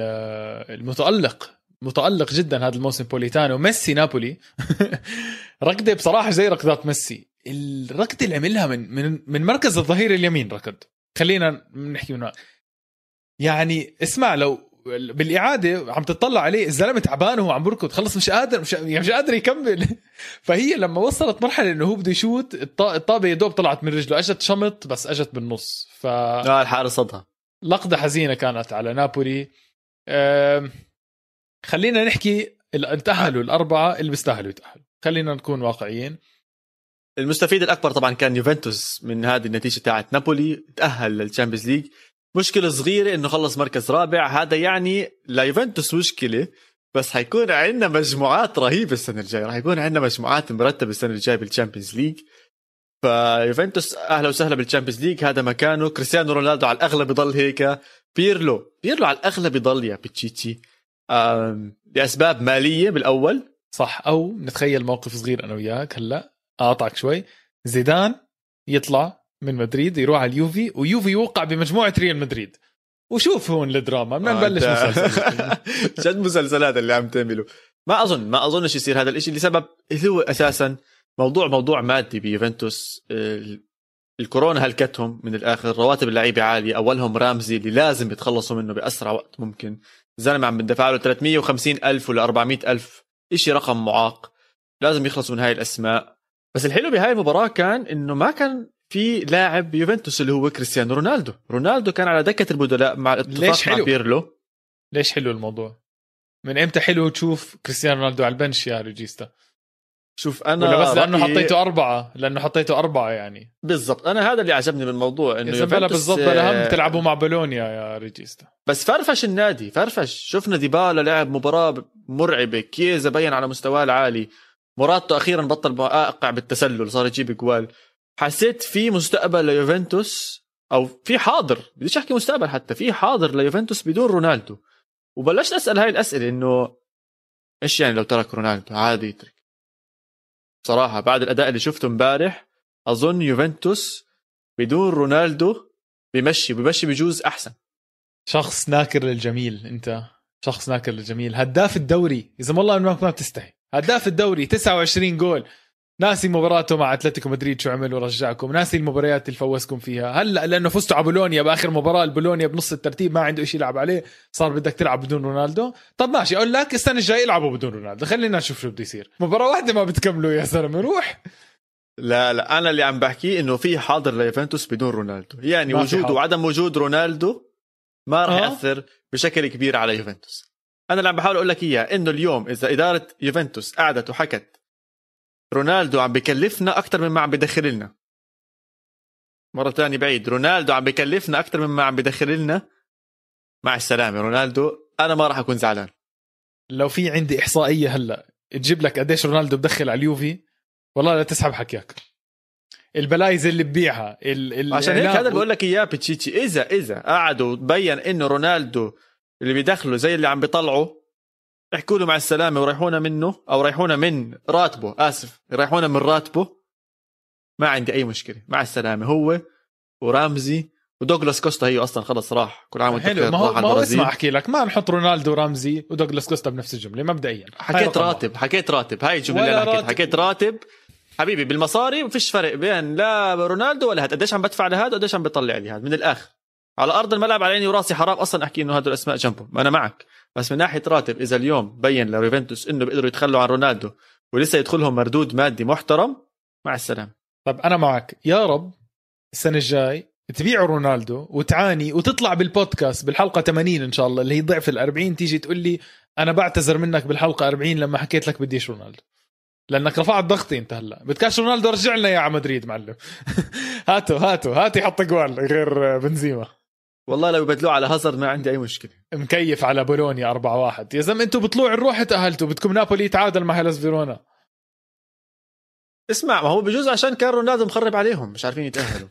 متألق جدا هذا الموسم بوليتانو ميسي نابولي. ركضه بصراحه زي ركضات ميسي. الركضه اللي عملها من مركز الظهير اليمين ركض. خلينا نحكي منها يعني اسمع، بالاعاده عم تطلع عليه الزلمه تعبان وهو عم بركض خلص مش قادر يكمل. فهي لما وصلت مرحله انه هو بده يشوت الطابه يدوب طلعت من رجله، اجت شمط بس اجت بالنص. الحارس صدها. لقطه حزينه كانت على نابولي. خلينا نحكي انتأهلوا الأربعة اللي بيستاهلوا يتأهلوا، خلينا نكون واقعيين. المستفيد الأكبر طبعا كان يوفنتوس من هذه النتيجة تاعت نابولي، تأهل للتشامبيونز ليج. مشكلة صغيرة إنه خلص مركز رابع، هذا يعني ليوفنتوس مشكلة، بس حيكون عندنا مجموعات رهيبة السنة الجاية، راح يكون عندنا مجموعات مرتبة السنة الجاية بالتشامبيونز ليج. فيوفنتوس أهلا وسهلا بالتشامبيونز ليج، هذا مكانه. كريستيانو رونالدو على الأغلب يضل هيك، بيرلو على الأغلب يضل يا بيتشيتشي لأسباب مالية بالأول، صح. أو نتخيل موقف صغير أنا وياك هلأ أقطعك شوي، زيدان يطلع من مدريد يروح على اليوفي، ويوفي يوقع بمجموعة ريال مدريد، وشوف هون الدراما بدنا نبلش مسلسل. شد مسلسلات اللي عم تعمله. ما أظنش يصير هذا الإشي لسبب اللي هو أساسا موضوع مادي بيوفنتوس. الكورونا هلكتهم من الآخر، رواتب اللعيبة عالية، أولهم رامزي اللي لازم يتخلصوا منه بأسرع وقت ممكن. الزلمة عم بندفع له 350,000 ولا 400,000، إشي رقم معاق، لازم يخلصوا من هاي الأسماء. بس الحلو بهاي المباراة كان إنه ما كان في لاعب يوفنتوس اللي هو كريستيانو رونالدو كان على دكة البدلاء مع الاتفاق مع بيرلو. ليش حلو الموضوع؟ من امتى حلو تشوف كريستيانو رونالدو على البنش يا ريجيستا؟ شوف أنا ولا بس لأنه حطيته أربعة يعني. بالضبط، أنا هذا اللي عجبني بالموضوع إنه يوفنتوس بالضبط بلهم تلعبوا مع بولونيا يا ريجيستا. بس فرفش النادي، شفنا ديبالا لعب مباراة مرعبة، كيزا بين على مستواه العالي، مراتو أخيرا بطل واقع بالتسلل، صار يجيب جوال. حسيت في مستقبل ليوفنتوس، أو في حاضر، بديش أحكي مستقبل، حتى في حاضر ليوفنتوس بدون رونالدو. وبلشت أسأل هاي الأسئلة إنه إيش يعني لو ترك رونالدو؟ عادي يترك. صراحة بعد الأداء اللي شفته امبارح أظن يوفنتوس بدون رونالدو بيمشي بجوز أحسن. شخص ناكر للجميل، أنت شخص ناكر للجميل. هداف الدوري إذا والله ما بتستحي، هداف الدوري 29 جول. ناسي مباراته مع أتلتيكو مدريد شو عمل ورجعكم، ناسي المباريات اللي فوزكم فيها. هلا لأنه فزتوا على بولونيا بآخر مباراة، البولونيا بنص الترتيب ما عنده إشي يلعب عليه، صار بدك تلعب بدون رونالدو. طب ماشي، أقول لك السنة الجاية يلعبوا بدون رونالدو، خلينا نشوف شو بده يصير. مباراة واحدة ما بتكملوا يا زلمة، روح. لا أنا اللي عم بحكي إنه في حاضر ليوفنتوس بدون رونالدو، يعني وجود وعدم وجود رونالدو ما راح يأثر بشكل كبير على يوفنتوس. أنا اللي عم بحاول أقول لك إياه إنه اليوم إذا إدارة يوفنتوس قعدت وحكت رونالدو عم بيكلفنا أكتر مما عم بدخل لنا، مرة تانية بعيد، رونالدو عم بيكلفنا أكتر مما عم بدخل لنا، مع السلامة رونالدو، أنا ما راح أكون زعلان. لو في عندي إحصائية هلأ تجيب لك قديش رونالدو بدخل على اليوفي، والله لا تسحب حكيك. البلايز اللي ببيعها عشان هيك هذا اللي بقول لك إياه بتشيتشي. إذا قعدوا تبين إنه رونالدو اللي بيدخله زي اللي عم بيطلعوا، احكوا له مع السلامة وريحونا منه، أو ريحونا من راتبه، ريحونا من راتبه، ما عندي أي مشكلة، مع السلامة. هو ورامزي ودوغلاس كوستا هي أصلا خلص راح، كل عام وانت بخير، راح على البرازيل. اسمع أحكي لك، ما نحط رونالدو ورامزي ودوغلاس كوستا بنفس الجملة مبدئيا. حكيت راتب هاي الجملة اللي أنا حكيت راتب حبيبي. بالمصاري مفيش فرق بين لا رونالدو ولا هاد، قديش عم بدفع لهذا وقديش عم بيطلع لي هذا. من الآخر على أرض الملعب على عيني وراسي، حرام أصلا أحكي إنه هذول الأسماء جنبهم، أنا معك. بس من ناحية راتب، إذا اليوم بين ليوفنتوس إنه بيقدروا يتخلوا عن رونالدو ولسه يدخلهم مردود مادي محترم، مع السلامة. طب أنا معك، يا رب السنة الجاي تبيعوا رونالدو وتعاني وتطلع بالبودكاست بالحلقة 80 إن شاء الله، اللي هي ضعف 40، تيجي تقول لي أنا بعتذر منك بالحلقة 40 لما حكيت لك بديش رونالدو، لأنك رفعت ضغطي. أنت هلا بدكاش رونالدو، رجع لنا يا على مدريد معلم. هاتي حط جوال غير بنزيما. والله لو بدلوه على هازارد ما عندي أي مشكلة. مكيف على بولونيا 4-1 يا زلمة. أنتوا بطلوع الروح تأهلتوا، بدكم نابولي يتعادل مع هيلاس فيرونا. اسمع، ما هو بجوز عشان كان رونالدو مخرب عليهم مش عارفين يتأهلوا.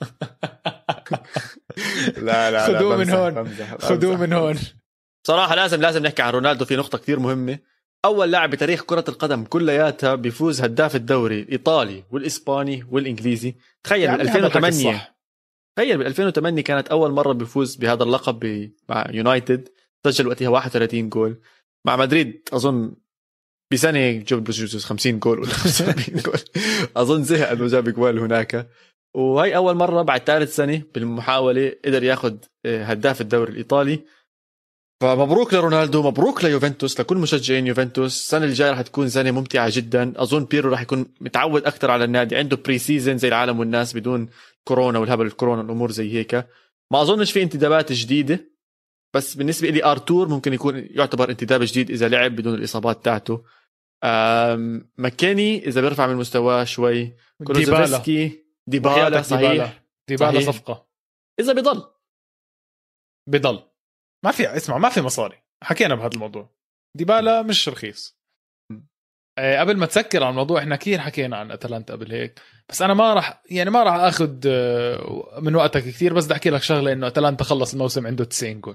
لا خذوه من هون. صراحة لازم نحكي عن رونالدو في نقطة كتير مهمة. أول لاعب بتاريخ كرة القدم كلياتها بيفوز هداف الدوري الإيطالي والإسباني والإنجليزي. تخيل يعني 2008 بال 2008 كانت أول مرة بيفوز بهذا اللقب مع يونايتد، سجل وقتها 31 جول. مع مدريد أظن بسنة جاب 50 جول ولا 75 جول، أظن زهق أنه جاب جوال هناك. وهي أول مرة بعد ثالث سنة بالمحاولة قدر ياخد هداف الدوري الإيطالي. فمبروك لرونالدو، مبروك ليوفنتوس، لكل مشجعين يوفنتوس. السنة الجاية رح تكون سنة ممتعة جدا. أظن بيرو رح يكون متعود أكثر على النادي، عنده بري سيزن زي العالم والناس بدون كورونا والهبل الكورونا الأمور زي هيك. ما أظنش في انتدابات جديدة، بس بالنسبة لي أرتور ممكن يكون يعتبر انتداب جديد إذا لعب بدون الإصابات تاعته. مكاني إذا بيرفع من مستواه شوي. كولوزوفسكي، ديبالا صحيح، ديبالا صفقة إذا بضل ما في، اسمع ما في مصاري، حكينا بهذا الموضوع. ديبالا مش رخيص. قبل ما تسكر على الموضوع احنا كثير حكينا عن اتلانتا قبل هيك، بس انا ما راح اخذ من وقتك كثير، بس بدي احكي لك شغله انه اتلانتا خلص الموسم عنده 90 جول.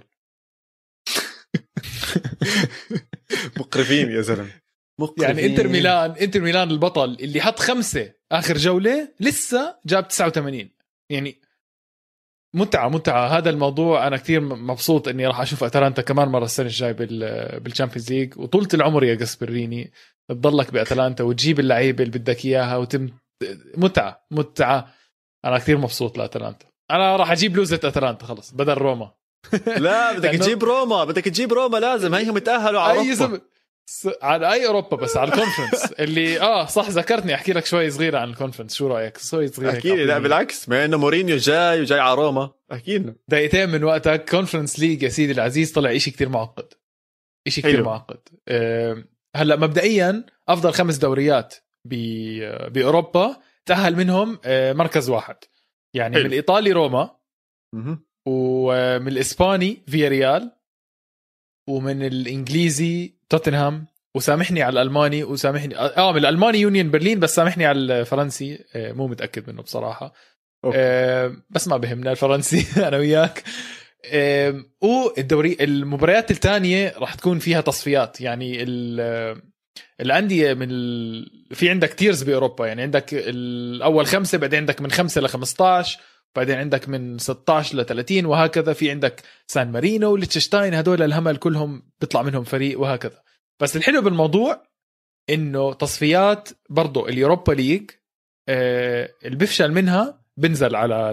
مقرفين يا زلمه، يعني انتر ميلان البطل اللي حط 5 اخر جوله لسه جاب 89. يعني متعه هذا الموضوع. انا كثير مبسوط اني راح اشوف اتلانتا كمان مره السنه الجاي بالشامبيونز ليج. وطولة العمر يا جاسبريني تضلك باتلانتا وتجيب اللعيبه اللي بدك اياها وتم متعه. انا كثير مبسوط لاتلانتا. انا راح اجيب لوزة اتلانتا خلص بدل روما. لا بدك تجيب روما لازم، هيهم يتاهلوا على اوروبا. على اي اوروبا، بس على الكونفرنس اللي صح ذكرتني احكي لك شوي صغيره عن الكونفرنس. شو رايك شوي صغيره؟ احكي لي. لا بالعكس، ما انه مورينيو جاي على روما، احكي لنا دقيقتين من وقتك. كونفرنس ليج يا سيدي العزيز طلع إشي كتير معقد، إشي كتير معقد. هلا مبدئيا افضل 5 دوريات باوروبا تأهل منهم مركز واحد. يعني حلو. من الايطالي روما، ومن الاسباني فياريال، ومن الانجليزي توتنهام، وسامحني على الالماني، وسامحني من الالماني يونيون برلين، بس سامحني على الفرنسي مو متاكد منه بصراحه. بس ما بهمنا الفرنسي انا وياك. والدوري المباريات الثانيه راح تكون فيها تصفيات. يعني الانديه في عندك تيرز باوروبا. يعني عندك الاول 5، بعدين عندك من 5 ل 15، بعدين عندك من 16 ل 30، وهكذا. في عندك سان مارينو وليتشتاين، هدول الهمل كلهم بيطلع منهم فريق وهكذا. بس الحلو بالموضوع انه تصفيات برضو اليوروبا ليج اللي بيفشل منها بنزل على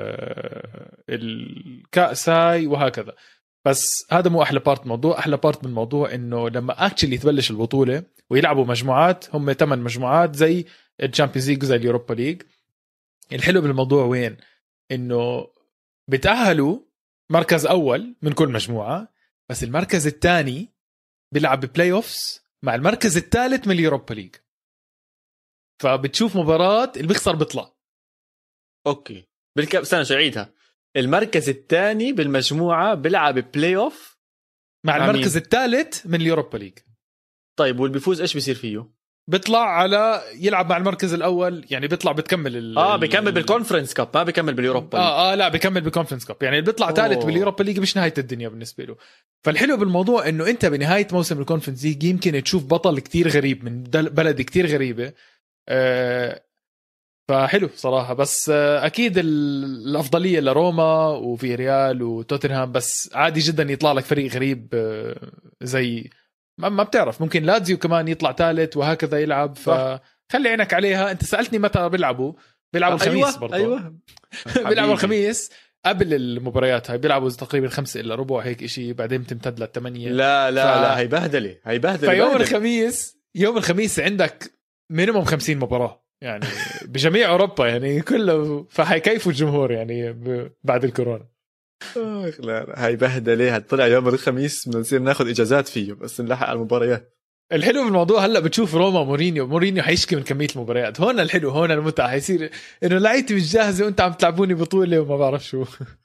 الكأس هاي وهكذا. بس هذا مو احلى بارت الموضوع. احلى بارت من الموضوع انه لما اكشلي تبلش البطوله ويلعبوا مجموعات، هم 8 مجموعات زي الشامبيونز ليج وزي اليوروبا ليج. الحلو بالموضوع وين؟ انه بتأهلوا مركز اول من كل مجموعه، بس المركز الثاني بيلعب بلاي اوفس مع المركز الثالث من اليوروبا ليج. فبتشوف مباراة اللي بيخسر بيطلع. اوكي سنة شعيدها. المركز الثاني بالمجموعة بيلعب بلاي اوف مع المركز الثالث من اليوروبا ليج. طيب والبيفوز ايش بيصير فيه؟ بيطلع على يلعب مع المركز الاول. يعني بيطلع بتكمل بيكمل بالكونفرنس كاب، ما بيكمل باليوروبا ليج. لا بيكمل بالكونفرنس كاب. يعني بيطلع ثالث باليوروبا ليج، مش نهاية الدنيا بالنسبة له. فالحلو بالموضوع انه انت بنهاية موسم الكونفرنس ليج يمكن تشوف بطل كتير غريب من بلد كتير غريبة. فحلو صراحة. بس اكيد الافضلية لروما وفي ريال وتوتنهام، بس عادي جدا يطلع لك فريق غريب زي ما بتعرف. ممكن لاتزيو كمان يطلع ثالث وهكذا يلعب. فخلي عينك عليها. انت سألتني متى بيلعبوا الخميس برضه. ايوه بيلعبوا الخميس قبل المباريات هاي. بيلعبوا تقريبا 5 إلا ربع هيك إشي، بعدين بتمتد ل8. لا هي بهدلة. يوم الخميس عندك مينيموم 50 مباراة يعني بجميع أوروبا يعني كله. فحيكيفوا الجمهور يعني بعد الكورونا. لا هاي بهدلة. هتطلع يوم الخميس بنصير ناخد إجازات فيه بس نلحق على المباريات. الحلو بالموضوع هلا بتشوف روما مورينيو حيشكي من كمية المباريات. هون الحلو، هون المتعة حيصير انه لعيبتي مش جاهزة وانت عم تلعبوني بطولة وما بعرف شو.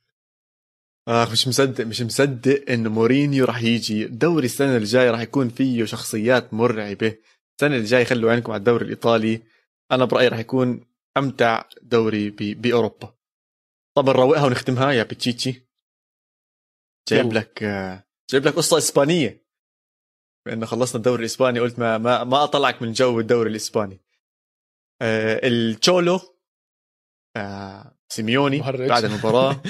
مش مصدق انه مورينيو راح يجي. الدوري السنة الجاي راح يكون فيه شخصيات مرعبة. السنة الجاي خلوا عينكم على الدوري الإيطالي. انا برأيي راح يكون امتع دوري بأوروبا. طب نروقها ونختمها يا بتشيتشي. جايب لك قصة إسبانية. بأنه خلصنا الدوري الإسباني قلت ما أطلعك من جو الدوري الإسباني. التشولو سيميوني بعد المباراة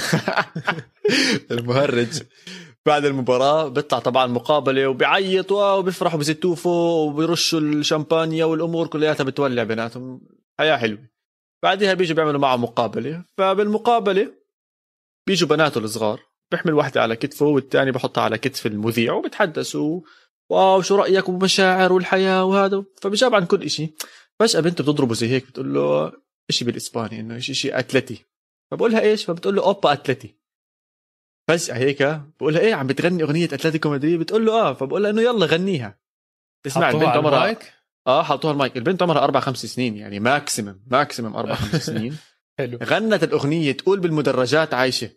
المهرج بعد المباراة بيطلع طبعا مقابلة وبيعيط وبيفرحوا بزيتوفو وبيرشوا الشامبانيا والأمور كلها بتولع بيناتهم. حياة حلوة. بعدها بيجوا بيعملوا معه مقابلة. فبالمقابلة بيجوا بناته الصغار بيحمل واحدة على كتفه والتاني بحطها على كتف المذيع وبتحدثوا واو شو رأيك ومشاعر والحياة وهذا. فبجاب عن كل إشي. فجأة بنته بتضربه زي هيك بتقول له إشي بالإسباني إنه إشي أتلتي. فبقولها إيش؟ فبتقول له أوبا أتلتي. فجأة هيك بقولها إيه عم بتغني أغنية أتلتيكو مدريد؟ بتقول له فبقولها إنه يلا غنيها. تسمع البنت عمرها حطوها المايك. البنت عمرها 4-5 سنين يعني ماكسيمم 4-5 سنين. حلو. غنت الأغنية تقول بالمدرجات عايشة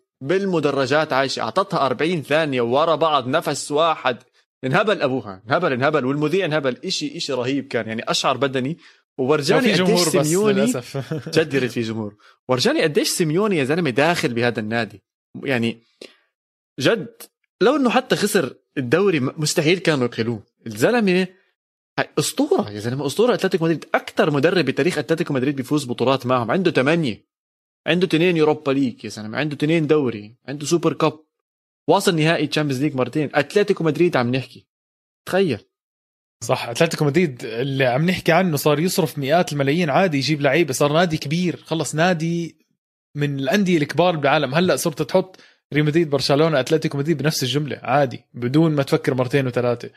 أعطتها 40 ثانية ورا بعض نفس واحد. انهبل أبوها انهبل والمذيع انهبل. إشي رهيب كان يعني أشعر بدني. وورجاني قديش سيميوني جد في جمهور. ورجاني قديش سيميوني يا زلمة داخل بهذا النادي يعني جد. لو انه حتى خسر الدوري مستحيل كانوا يقلوه. الزلمة أسطورة يا زلمة أسطورة. أتلتيكو مدريد أكتر مدرب بتاريخ أتلتيكو مدريد بيفوز بطولات معهم. عنده 8 عنده 2 يوروبا ليج يا زلمة عنده 2 دوري عنده سوبر كاب واصل نهائي تشامبيونز ليج مرتين. أتلتيكو مدريد عم نحكي تخيل. صح أتلتيكو مدريد اللي عم نحكي عنه صار يصرف مئات الملايين عادي يجيب لعيبة. صار نادي كبير خلص نادي من الأندية الكبار بالعالم. هلأ صرت تحط ريال مدريد برشلونة أتلتيكو مدريد بنفس الجملة عادي بدون ما تفكر مرتين وثلاثة.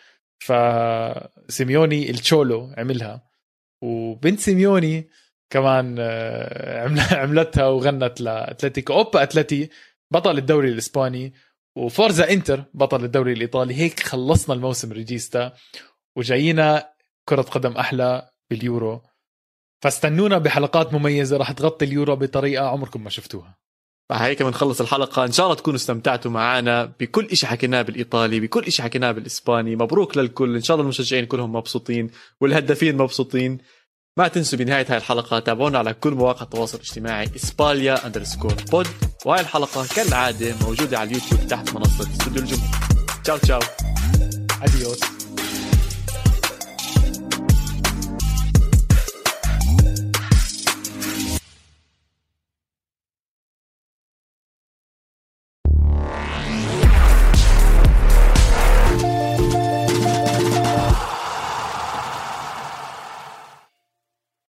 فسيميوني التشولو عملها وبنت سيميوني كمان عملتها وغنت لأتلتيكو. أوبا أتلتي بطل الدوري الإسباني وفورزا إنتر بطل الدوري الإيطالي. هيك خلصنا الموسم ريجيستا وجاينا كرة قدم أحلى باليورو. فاستنونا بحلقات مميزة راح تغطي اليورو بطريقة عمركم ما شفتوها. هيك بنخلص الحلقة. إن شاء الله تكونوا استمتعتوا معنا بكل إشي حكيناه بالإيطالي بكل إشي حكيناه بالإسباني. مبروك للكل. إن شاء الله المشجعين كلهم مبسوطين والهدافين مبسوطين. ما تنسوا بنهاية هاي الحلقة تابعونا على كل مواقع التواصل الاجتماعي Ispalia_pod. وهاي الحلقة كالعادة موجودة على اليوتيوب تحت منصة استوديو الجمهور. تشاو أديوس.